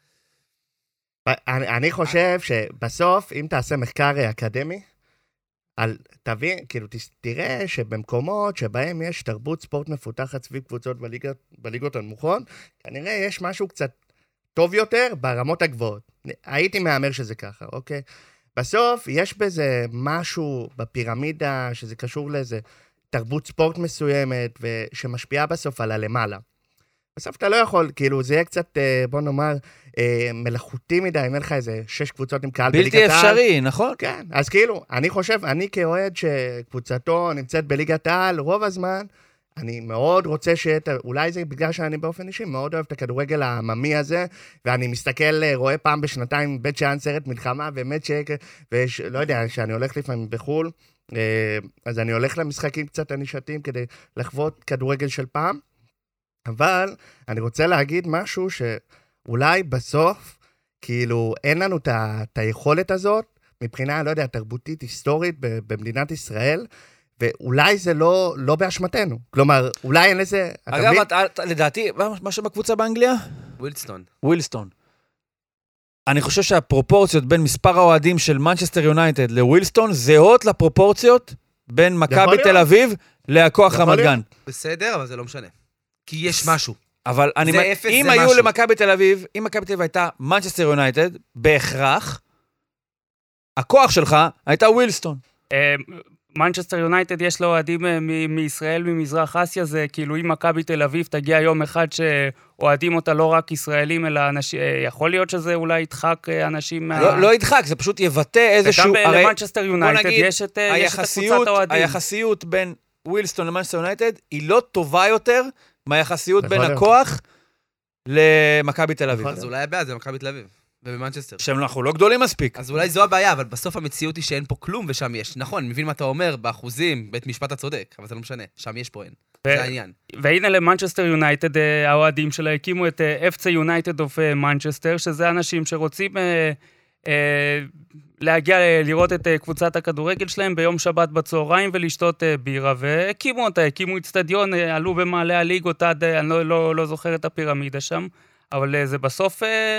אני, אני חושב שבסוף, אם תעשה מחקר אקדמי, על, תבין, כאילו, תראה שבמקומות שבהם יש תרבות ספורט מפותחת סביב קבוצות בליגות, בליגות הנמוכות, כנראה יש משהו קצת טוב יותר ברמות הגבוהות. הייתי מאמר שזה ככה, אוקיי? בסוף יש בזה משהו בפירמידה שזה קשור לאיזה תרבות ספורט מסוימת ושמשפיעה בסוף על הלמעלה. בסוף אתה לא יכול, כאילו זה יהיה קצת, בוא נאמר, מלאכותי מדי, אם אין לך איזה שש קבוצות עם קהל בליגת העל. בלתי אפשרי, נכון? כן, אז כאילו, אני חושב, אני כאוהד שקבוצתו נמצאת בליגת העל, רוב הזמן, אני מאוד רוצה שאת, אולי זה בגלל שאני באופן אישי, מאוד אוהב את הכדורגל העממי הזה, ואני מסתכל, רואה פעם בשנתיים בית שען סרט מלחמה, באמת שקר, ולא יודע, שאני הולך לפעמים בחול, אז אני הולך למשחקים קצת הנישתיים כדי לחוות כדורגל של פעם, אבל אני רוצה להגיד משהו שאולי בסוף, כאילו, אין לנו את היכולת הזאת, מבחינה, לא יודע, תרבותית, היסטורית במדינת ישראל, ואולי זה לא, לא באשמתנו. כלומר, אולי אין לזה... אגב, את, את, לדעתי, מה שבקבוצה באנגליה? ווילסטון. ווילסטון. אני חושב שהפרופורציות בין מספר האוהדים של מנצ'סטר יונייטד לווילסטון זהות לפרופורציות בין מכבי יכול תל להיות. אביב להכוח יכול רמת להיות. גן. בסדר, אבל זה לא משנה. כי יש משהו. אבל אני, זה מ- אפס, אם זה היו משהו. למכבי תל אביב, אם מכבי תל אביב הייתה מנצ'סטר יונייטד, בהכרח, הכוח שלך הייתה ווילסטון. מנצ'סטר יונייטד יש לו אוהדים אה, מ- מישראל, ממזרח אסיה, זה כאילו אם מכבי תל אביב תגיע יום אחד שאוהדים אותה לא רק ישראלים, אלא אנשים, אה, יכול להיות שזה אולי ידחק אה, אנשים מה... לא, לא ידחק, זה פשוט יבטא איזשהו... וגם הרי למנצ'סטר יונייטד נגיד, יש את אה, יש את היחסיות, הקבוצת האוהדים. היחסיות בין ווילסטון למנצ'סטר יונייטד היא לא טובה יותר מהיחסיות יכול בין להיות. הכוח למכבי תל אביב. יכול אז אולי הבעיה זה מכבי תל אביב, ובמנצ'סטר. שאנחנו לא גדולים מספיק. אז אולי זו הבעיה, אבל בסוף המציאות היא שאין פה כלום ושם יש. נכון, אני מבין מה אתה אומר, באחוזים, בית משפט הצודק, אבל זה לא משנה, שם יש פה אין. ו- זה העניין. והנה למנצ'סטר יונייטד, אה, האוהדים שלה הקימו את אף סי יונייטד אוף מנצ'סטר, שזה אנשים שרוצים אה, אה, להגיע אה, לראות את אה, קבוצת הכדורגל שלהם ביום שבת בצהריים ולשתות אה, בירה, והקימו אותה, הקימו אצטדיון, אה, עלו במעלה הליגות עד, אה, אני לא, לא, לא זוכר את הפירמידה שם, אבל אה, זה בסוף... אה,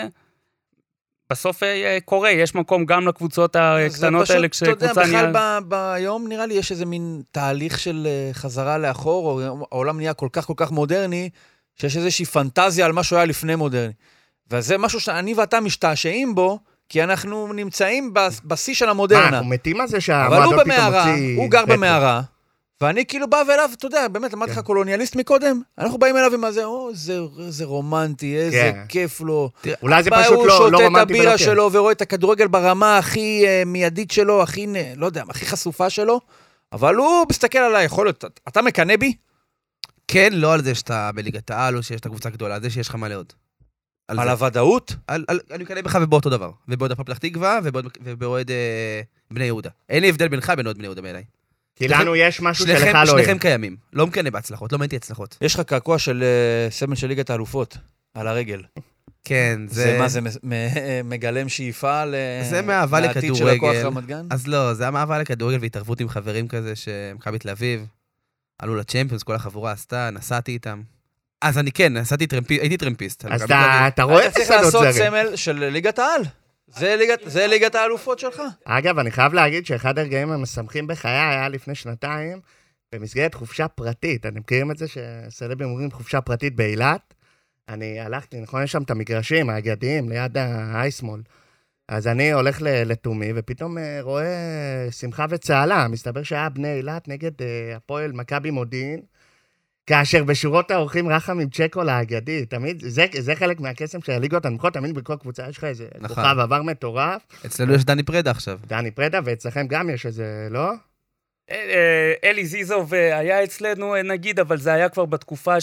בסוף אה, קורה, יש מקום גם לקבוצות הקטנות האלה, אתה יודע, כשקבוצה בכלל נהיה... ב- ביום נראה לי יש איזה מין תהליך של אה, חזרה לאחור, או העולם נהיה כל כך כל כך מודרני, שיש איזושהי פנטזיה על מה שהוא היה לפני מודרני. וזה משהו שאני ואתה משתעשעים בו, כי אנחנו נמצאים בס- בשיא של מה, המודרנה. אנחנו מתים על זה אבל שהמועדון הוא פתאום במערה, מוציא... הוא גר רטרו. במערה, ואני כאילו בא אליו, אתה יודע, באמת, אמרתי לך כן. קולוניאליסט מקודם, אנחנו באים אליו עם הזה, או, איזה, איזה רומנטי, איזה כן. כיף לו. אולי זה בא, פשוט הוא לא לא שותה את רומנטי ולא הבירה כיף. שלו ורואה את הכדורגל ברמה הכי uh, מיידית שלו, הכי, נ- לא יודע, הכי חשופה שלו, אבל הוא מסתכל עליי, יכול להיות, אתה- אתה מקנא בי? כן, לא על זה שאתה בליגת העל או שיש את הקבוצה גדולה, על זה שיש לך מה לעוד. על על זה. הוודאות? על, על, אני מקנא בך ובאותו דבר. ובאוהד הפועל פתח תקווה ובאוהד- ובאוהד אה, בני יהודה. אין לי הבדל בינך בין אוהד בני יהודה בעיניי. כי לנו יש משהו שניכם- שלך לא שניכם יהיה. קיימים. לא מקנא בהצלחות, לא מעניין הצלחות. יש לך קעקוע של uh, סמל של ליגת האלופות, על הרגל. כן, זה, זה... מה, זה מ- מ- מגלם שאיפה ל... זה מאהבה לעתיד של הכוח לכדורגל. רמת גן? אז לא, זה המעבר לכדורגל והתערבות עם חברים כזה, שמכבי תל אביב, עלו לצ'מפיונס, כל החבורה עשתה, נסעתי איתם. אז אני כן, נסעתי טרמפיסט, הייתי טרמפיסט. על אז מכבי תל אתה אביב. אתה רואה אתה את צריך השדות לעשות זרים. סמל של ליגת העל. זה ליגת, זה ליגת האלופות שלך. אגב, אני חייב להגיד שאחד הרגעים המשמחים בחיי היה לפני שנתיים, במסגרת חופשה פרטית. אתם מכירים את זה שסלבים אומרים חופשה פרטית באילת? אני הלכתי, נכון, יש שם את המגרשים האגדיים ליד האייסמול. אז אני הולך ל- לתומי, ופתאום אה, רואה שמחה וצהלה. מסתבר שהיה בני אילת נגד אה, הפועל מכבי מודיעין, כאשר בשורות האורחים רחם עם צ'קו האגדי. תמיד, זה, זה חלק מהקסם של הליגות הנמוכות, תמיד בכל קבוצה יש לך איזה נכון. כוכב עבר מטורף. אצלנו יש דני פרדה עכשיו. דני פרדה, ואצלכם גם יש איזה, לא? אה, אה, אלי זיזוב אה, היה אצלנו, אה, נגיד, אבל זה היה כבר בתקופה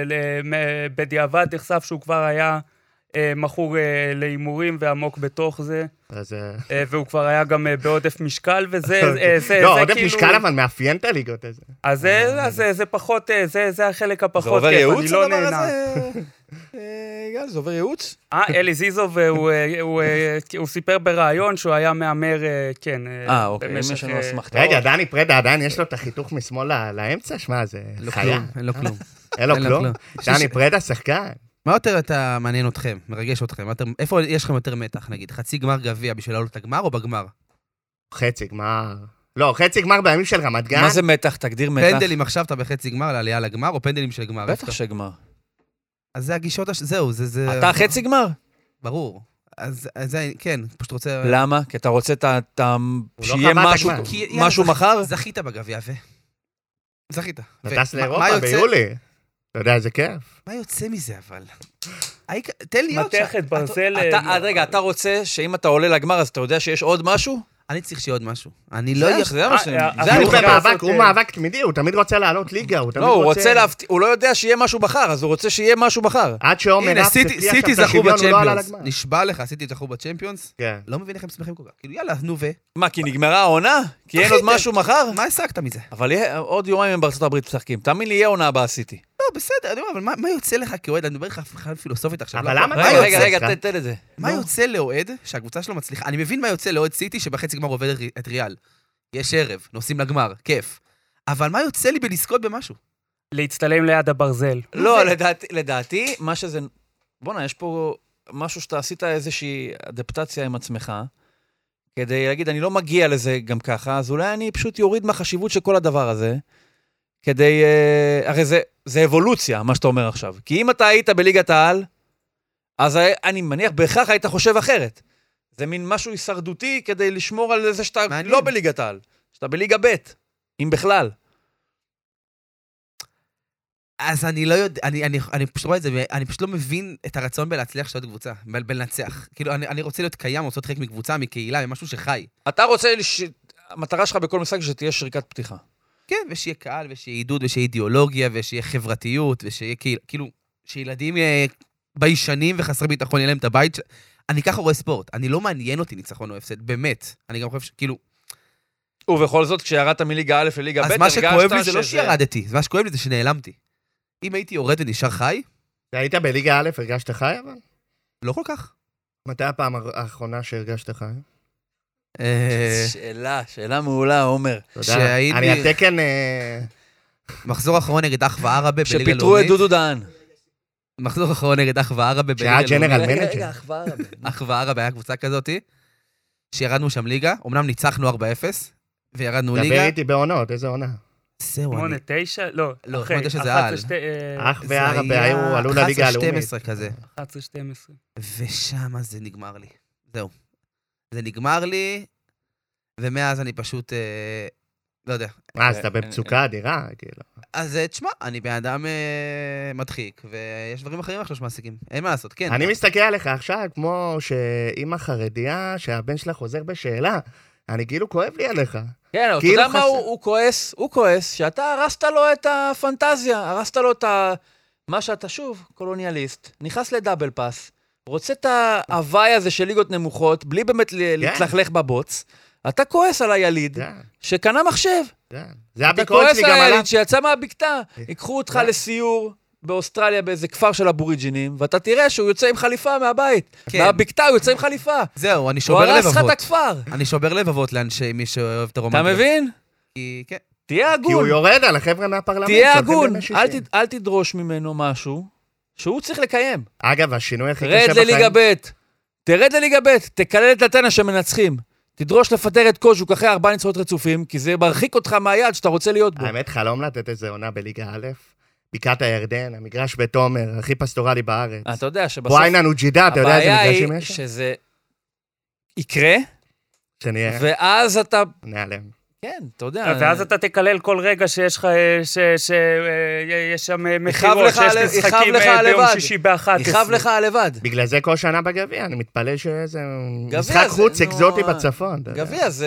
שבדיעבד נחשף שהוא כבר היה אה, מכור אה, להימורים ועמוק בתוך זה, אז... אה, אה, והוא כבר היה גם אה, בעודף משקל, וזה אה, זה, לא, זה עודף כאילו... משקל אבל מאפיין את הליגות הזה. אז זה, אז זה, זה פחות, אה, זה, זה החלק הפחות זה עובר כיף, ייעוץ אני לא הדבר נהנה. הזה? אה, יגאל, זה עובר ייעוץ? אה, אלי זיזוב, אה, הוא, אה, הוא, אה, הוא סיפר בראיון שהוא היה מהמר, אה, כן, אה, אוקיי, אם במשך, יש לנו אה, אסמכתאות. רגע, דני פרדה עדיין יש לו את החיתוך משמאל ל- לאמצע? שמע, זה אין לו חיה. כלום, אין לו כלום. אין לו אין לו כלום? כלום. דני פרדה שחקן. מה יותר אתה מעניין אתכם, מרגש אתכם? מה יותר- איפה יש לכם יותר מתח, נגיד? חצי גמר גביע בשביל לעלות לגמר או בגמר? חצי גמר. לא, חצי גמר בימים של רמת גן. מה זה מתח? תגדיר מתח. פנדלים עכשיו אתה בחצי גמר לעלייה לגמר, או פנדלים של גמר? בטח שגמר. אז זה הגישות, הש- זהו, זה... זה- אתה חצי גמר? ברור. אז אז זה, כן, פשוט רוצה... למה? כי אתה רוצה את ה- את ה- לא שיהיה חווה את משהו- הגמר. כי, יאללה, משהו זכ- מחר? זכית בגביע, ו... זכית. אתה ו- טס מה- מה לאירופה יוצא- ביולי. אתה יודע, איזה כיף. מה יוצא מזה, אבל? העיק- תן לי עוד... מתכת ברזל... אתה, אה, רגע, אתה רוצה שאם אתה עולה לגמר, אז אתה יודע שיש עוד משהו? אני צריך שיהיה עוד משהו. אני לא... זה- יכול- זה מה ש... אה, זה אה, אני הוא חושב. לעשות, במאבק, הוא אה, מאבק תמידי, הוא תמיד רוצה לעלות ליגה, הוא תמיד לא, הוא רוצה להבטיח, הוא לא יודע שיהיה משהו מחר, אז הוא רוצה שיהיה משהו מחר. עד שעומר הנה, רפס סיטי- הבטיח סיטי שם את זכו השוויון, הוא לא עלה בצ'מפיונס. לגמר. נשבע לך, סיטי זכו בצ'מפיונס? כן. לא מבין איך הם שמחים כל כך. כאילו, יאללה, נו ו... מה, כי נגמרה העונה? כי אין עוד דחיתם. משהו מחר? מה השגת מזה? אבל יהיה- עוד יומיים הם בארצות הברית משחקים. תאמין לי, יהיה עונה הבאה סיטי. לא, בסדר, אני אומר, אבל מה- מה יוצא לך כאוהד? אני מדבר איתך בכלל פילוסופית עכשיו. אבל לא- למה מה אתה רגע, יוצא, רגע, רגע, סליחה? תן- תן את זה. מה נו. יוצא לאוהד שהקבוצה שלו מצליחה? אני מבין מה יוצא לאוהד סיטי שבחצי גמר עובד את- את ריאל. יש ערב, נוסעים לגמר, כיף. אבל מה יוצא לי בלזכות במשהו? להצטלם ליד הברזל. לא, לדעתי- לדעתי, מה שזה... בוא'נה, יש פה משהו שאתה עשית איזושהי אדפטציה עם עצמך, כדי להגיד, אני לא מגיע לזה גם ככה, אז אולי אני פשוט יוריד מהחשיבות של כל הדבר הזה, כדי, uh, הרי זה, זה אבולוציה, מה שאתה אומר עכשיו. כי אם אתה היית בליגת העל, אז אני מניח, בהכרח היית חושב אחרת. זה מין משהו הישרדותי כדי לשמור על זה שאתה מעניין. לא בליגת העל, שאתה בליגה ב', אם בכלל. אז אני לא יודע, אני, אני, אני פשוט רואה את זה, אני פשוט לא מבין את הרצון בלהצליח שתות קבוצה, ב- בלנצח. כאילו, אני, אני רוצה להיות קיים, רוצה להיות חלק מקבוצה, מקהילה, ממשהו שחי. אתה רוצה, לש... המטרה שלך בכל משחק שתהיה שריקת פתיחה. כן, ושיהיה קהל, ושיהיה עידוד, ושיהיה אידיאולוגיה, ושיהיה חברתיות, ושיהיה כאילו, כאילו שילדים ביישנים וחסרי ביטחון, יהיה להם את הבית. אני ככה רואה ספורט, אני לא מעניין אותי ניצחון או הפסד, באמת. אני גם חושב שכאילו... ובכל זאת, כשירדת מליגה א' לליגה ב', אז מה שכואב לי זה לא שירדתי, מה שכואב לי זה שנעלמתי. אם הייתי יורד ונשאר חי... היית בליגה א', הרגשת חי אבל? לא כל כך. מתי הפעם האחרונה שהרגשת חי? שאלה, שאלה מעולה, עומר. תודה. אני התקן... מחזור אחרון נגד אח וערבה בליגה לאומית. שפיטרו את דודו דהן. מחזור אחרון נגד אח וערבה בליגה לאומית. שהיה ג'נרל מנג'ר. רגע, אח וערבה. אח וערבה היה קבוצה כזאת, שירדנו שם ליגה, אמנם ניצחנו ארבע אפס, וירדנו ליגה. דבר איתי בעונות, איזה עונה? זהו, אני... שמונה, תשע? לא, לא, שמונה, תשע זה על. אח וערבה היו, עלו לליגה הלאומית. אחת עשרה שתים עשרה כזה. אחת עשרה שתים עשרה. ושם זה נגמר לי. זהו. זה נגמר לי, ומאז אני פשוט, אה, לא יודע. מה, אז אתה במצוקה אדירה, כאילו. אז תשמע, אני בן אדם אה, מדחיק, ויש דברים אחרים עכשיו שמעסיקים. אין מה לעשות, כן. אני מסתכל עליך עכשיו, כמו שאמא חרדיה, שהבן שלה חוזר בשאלה, אני כאילו כואב לי עליך. כן, אתה יודע מה הוא כועס? הוא כועס שאתה הרסת לו את הפנטזיה, הרסת לו את מה שאתה שוב, קולוניאליסט, נכנס לדאבל פאס, רוצה את ההוואי הזה של ליגות נמוכות, בלי באמת להתלכלך בבוץ, אתה כועס על היליד שקנה מחשב. זה אתה כועס על היליד שיצא מהבקתה, ייקחו אותך לסיור באוסטרליה באיזה כפר של הבוריג'ינים, ואתה תראה שהוא יוצא עם חליפה מהבית. מהבקתה הוא יוצא עם חליפה. זהו, אני שובר לבבות. הוא הרס לך את הכפר. אני שובר לבבות לאנשי מי שאוהב את הרומנטיות. אתה מבין? כן. תהיה הגון. כי הוא יורד על החבר'ה מהפרלמנט. תהיה הגון. אל תדרוש ממנו משהו שהוא צריך לקיים. אגב, השינוי הכי קשה בחיים... רד לליגה ב', תרד לליגה ב', תקלל את נתניה שמנצחים. תדרוש לפטר את קוז'וק אחרי ארבעה ניצחונות רצופים, כי זה מרחיק אותך מהיד שאתה רוצה להיות בו. האמת, חלום לתת איזה עונה בליגה א', בקעת הירדן, המגרש בתומר, הכי פסטורלי בארץ. אתה יודע שבסוף... בואיינה נוג'ידה, אתה יודע איזה מגרשים יש? הבעיה היא שזה יקרה, שנהיה... ואז אתה... נעלם. כן, אתה יודע... ואז אתה תקלל כל רגע שיש לך, שיש שם מחירות, שיש משחקים ביום שישי באחת עשרה. יחב לך לבד. בגלל זה כל שנה בגביע, אני מתפלא שזה משחק חוץ אקזוטי בצפון. גביע זה...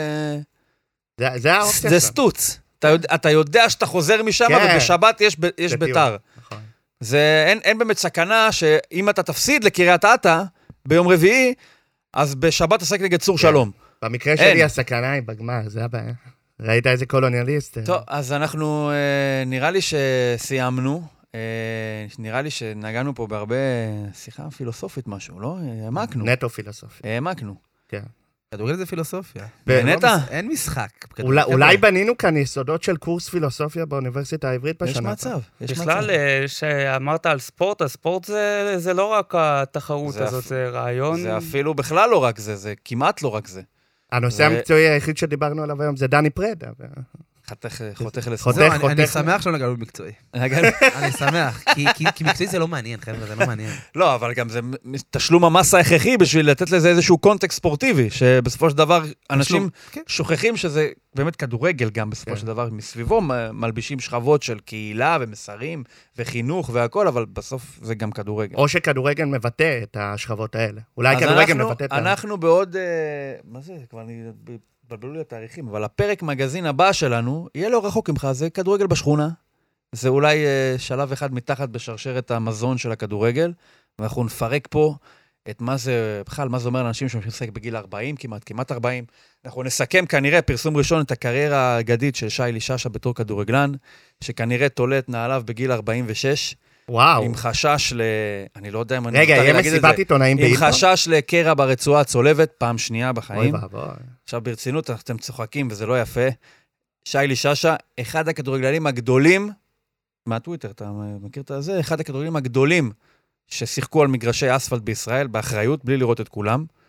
זה האופציה. זה סטוץ. אתה יודע שאתה חוזר משם, ובשבת יש ביתר. אין באמת סכנה שאם אתה תפסיד לקריית אתא ביום רביעי, אז בשבת תשחק נגד צור שלום. במקרה שלי הסכנה היא בגמר, זה הבעיה. ראית איזה קולוניאליסט? טוב, אז אנחנו, נראה לי שסיימנו, נראה לי שנגענו פה בהרבה שיחה פילוסופית משהו, לא? העמקנו. נטו פילוסופיה. העמקנו. כן. כדורגל זה פילוסופיה. בנטה? אין משחק. אולי בנינו כאן יסודות של קורס פילוסופיה באוניברסיטה העברית בשנה. יש מצב, יש מצב. בכלל, שאמרת על ספורט, הספורט זה לא רק התחרות הזאת, זה רעיון... זה אפילו בכלל לא רק זה, זה כמעט לא רק זה. הנושא המקצועי היחיד שדיברנו עליו היום זה דני פרדה. חותך לספורט. אני שמח שלא נגענו במקצועי. אני שמח, כי מקצועי זה לא מעניין, חבר'ה, זה לא מעניין. לא, אבל גם זה תשלום המסה ההכרחי בשביל לתת לזה איזשהו קונטקסט ספורטיבי, שבסופו של דבר אנשים שוכחים שזה באמת כדורגל גם בסופו של דבר, מסביבו מלבישים שכבות של קהילה ומסרים וחינוך והכל, אבל בסוף זה גם כדורגל. או שכדורגל מבטא את השכבות האלה. אולי כדורגל מבטא את ה... אנחנו בעוד... מה זה? כבר אני... בלבלו לי התאריכים, אבל הפרק מגזין הבא שלנו, יהיה לא רחוק ממך, זה כדורגל בשכונה, זה אולי uh, שלב אחד מתחת בשרשרת המזון של הכדורגל, ואנחנו נפרק פה את מה זה, בכלל, מה זה אומר לאנשים שממשיכים לשחק בגיל ארבעים, כמעט, כמעט ארבעים. אנחנו נסכם כנראה פרסום ראשון את הקריירה האגדית של שי ליששה בתור כדורגלן, שכנראה תולה את נעליו בגיל ארבעים ושש, וואו. עם חשש ל... אני לא יודע אם אני... רגע, יהיה מסיבת עיתונאים באילטון? עם חשש לקרע ברצועה הצולבת, פעם שנייה בחיים. אוי ואבוי. עכשיו ברצינות, אתם צוחקים וזה לא יפה. שי ליששה, אחד הכדורגלנים הגדולים, מהטוויטר, אתה מכיר את זה? אחד הכדורגלנים הגדולים ששיחקו על מגרשי אספלט בישראל, באחריות, בלי לראות את כולם.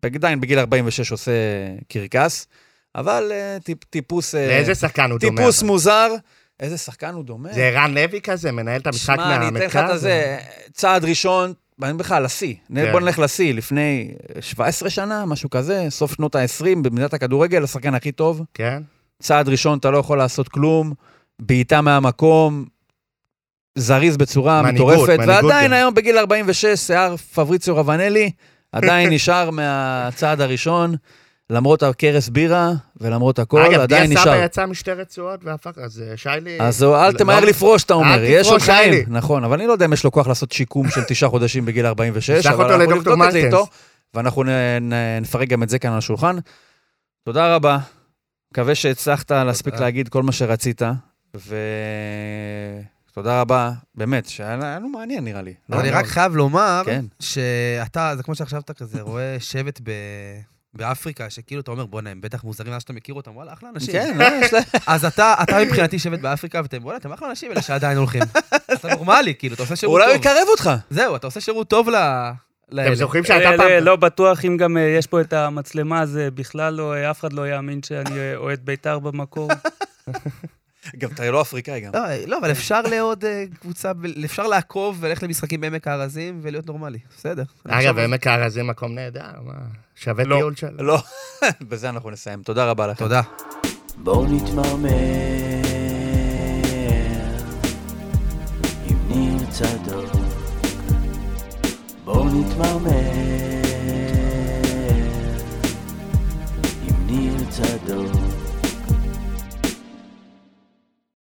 עדיין בגיל ארבעים ושש עושה קרקס, אבל טיפ, טיפוס... לאיזה שחקן הוא דומה? טיפוס מוזר. איזה שחקן הוא דומה? זה ערן לוי כזה, מנהל את המשחק מהמרכז? שמע, אני אתן לך את הזה, צעד ראשון, אני בכלל, לשיא. בוא נלך לשיא, לפני שבע עשרה שנה, משהו כזה, סוף שנות ה-עשרים, במדינת הכדורגל, השחקן הכי טוב. כן. צעד ראשון, אתה לא יכול לעשות כלום, בעיטה מהמקום, זריז בצורה מטורפת, ועדיין היום בגיל ארבעים ושש, שיער פבריציו רבנלי, עדיין נשאר מהצעד הראשון, למרות הקרס בירה, ולמרות הכל, עדיין נשאר. אגב, דיה סבא יצא משתי רצועות, והפך, אז שיילי... אז אל תמהר לפרוש, אתה אומר. אל תפרוש, שיילי. נכון, אבל אני לא יודע אם יש לו כוח לעשות שיקום של תשעה חודשים בגיל ארבעים ושש, אבל אנחנו נבדוק את זה איתו, ואנחנו נפרק גם את זה כאן על השולחן. תודה רבה. מקווה שהצלחת להספיק להגיד כל מה שרצית, ותודה רבה, באמת, שהיה לנו מעניין נראה לי. אני רק חייב לומר, שאתה, זה כמו שעכשיו אתה כזה, רואה שבט באפריקה, שכאילו אתה אומר, בוא'נה, הם בטח מוזרים, אז שאתה מכיר אותם, וואלה, אחלה אנשים. כן, יש להם. אז אתה מבחינתי שבט באפריקה, ואתם, וואלה, אתם אחלה אנשים, אלה שעדיין הולכים. אתה נורמלי, כאילו, אתה עושה שירות טוב. אולי הוא יקרב אותך. זהו, אתה עושה שירות טוב ל... אתם זוכרים שאתה פעם... לא בטוח אם גם יש פה את המצלמה, אז בכלל לא, אף אחד לא יאמין שאני אוהד בית"ר במקור. גם אתה לא אפריקאי גם. לא, אבל אפשר לעוד קבוצה, אפשר לעקוב וללכת למשחקים בעמק הארזים ולהיות נורמלי, בסדר. אגב, בעמק הארזים מקום נהדר, שווה טיול שלו. לא, בזה אנחנו נסיים. תודה רבה לכם. תודה. בואו נתמרמר עם ניר צדוק. בואו נתמרמר עם ניר צדוק.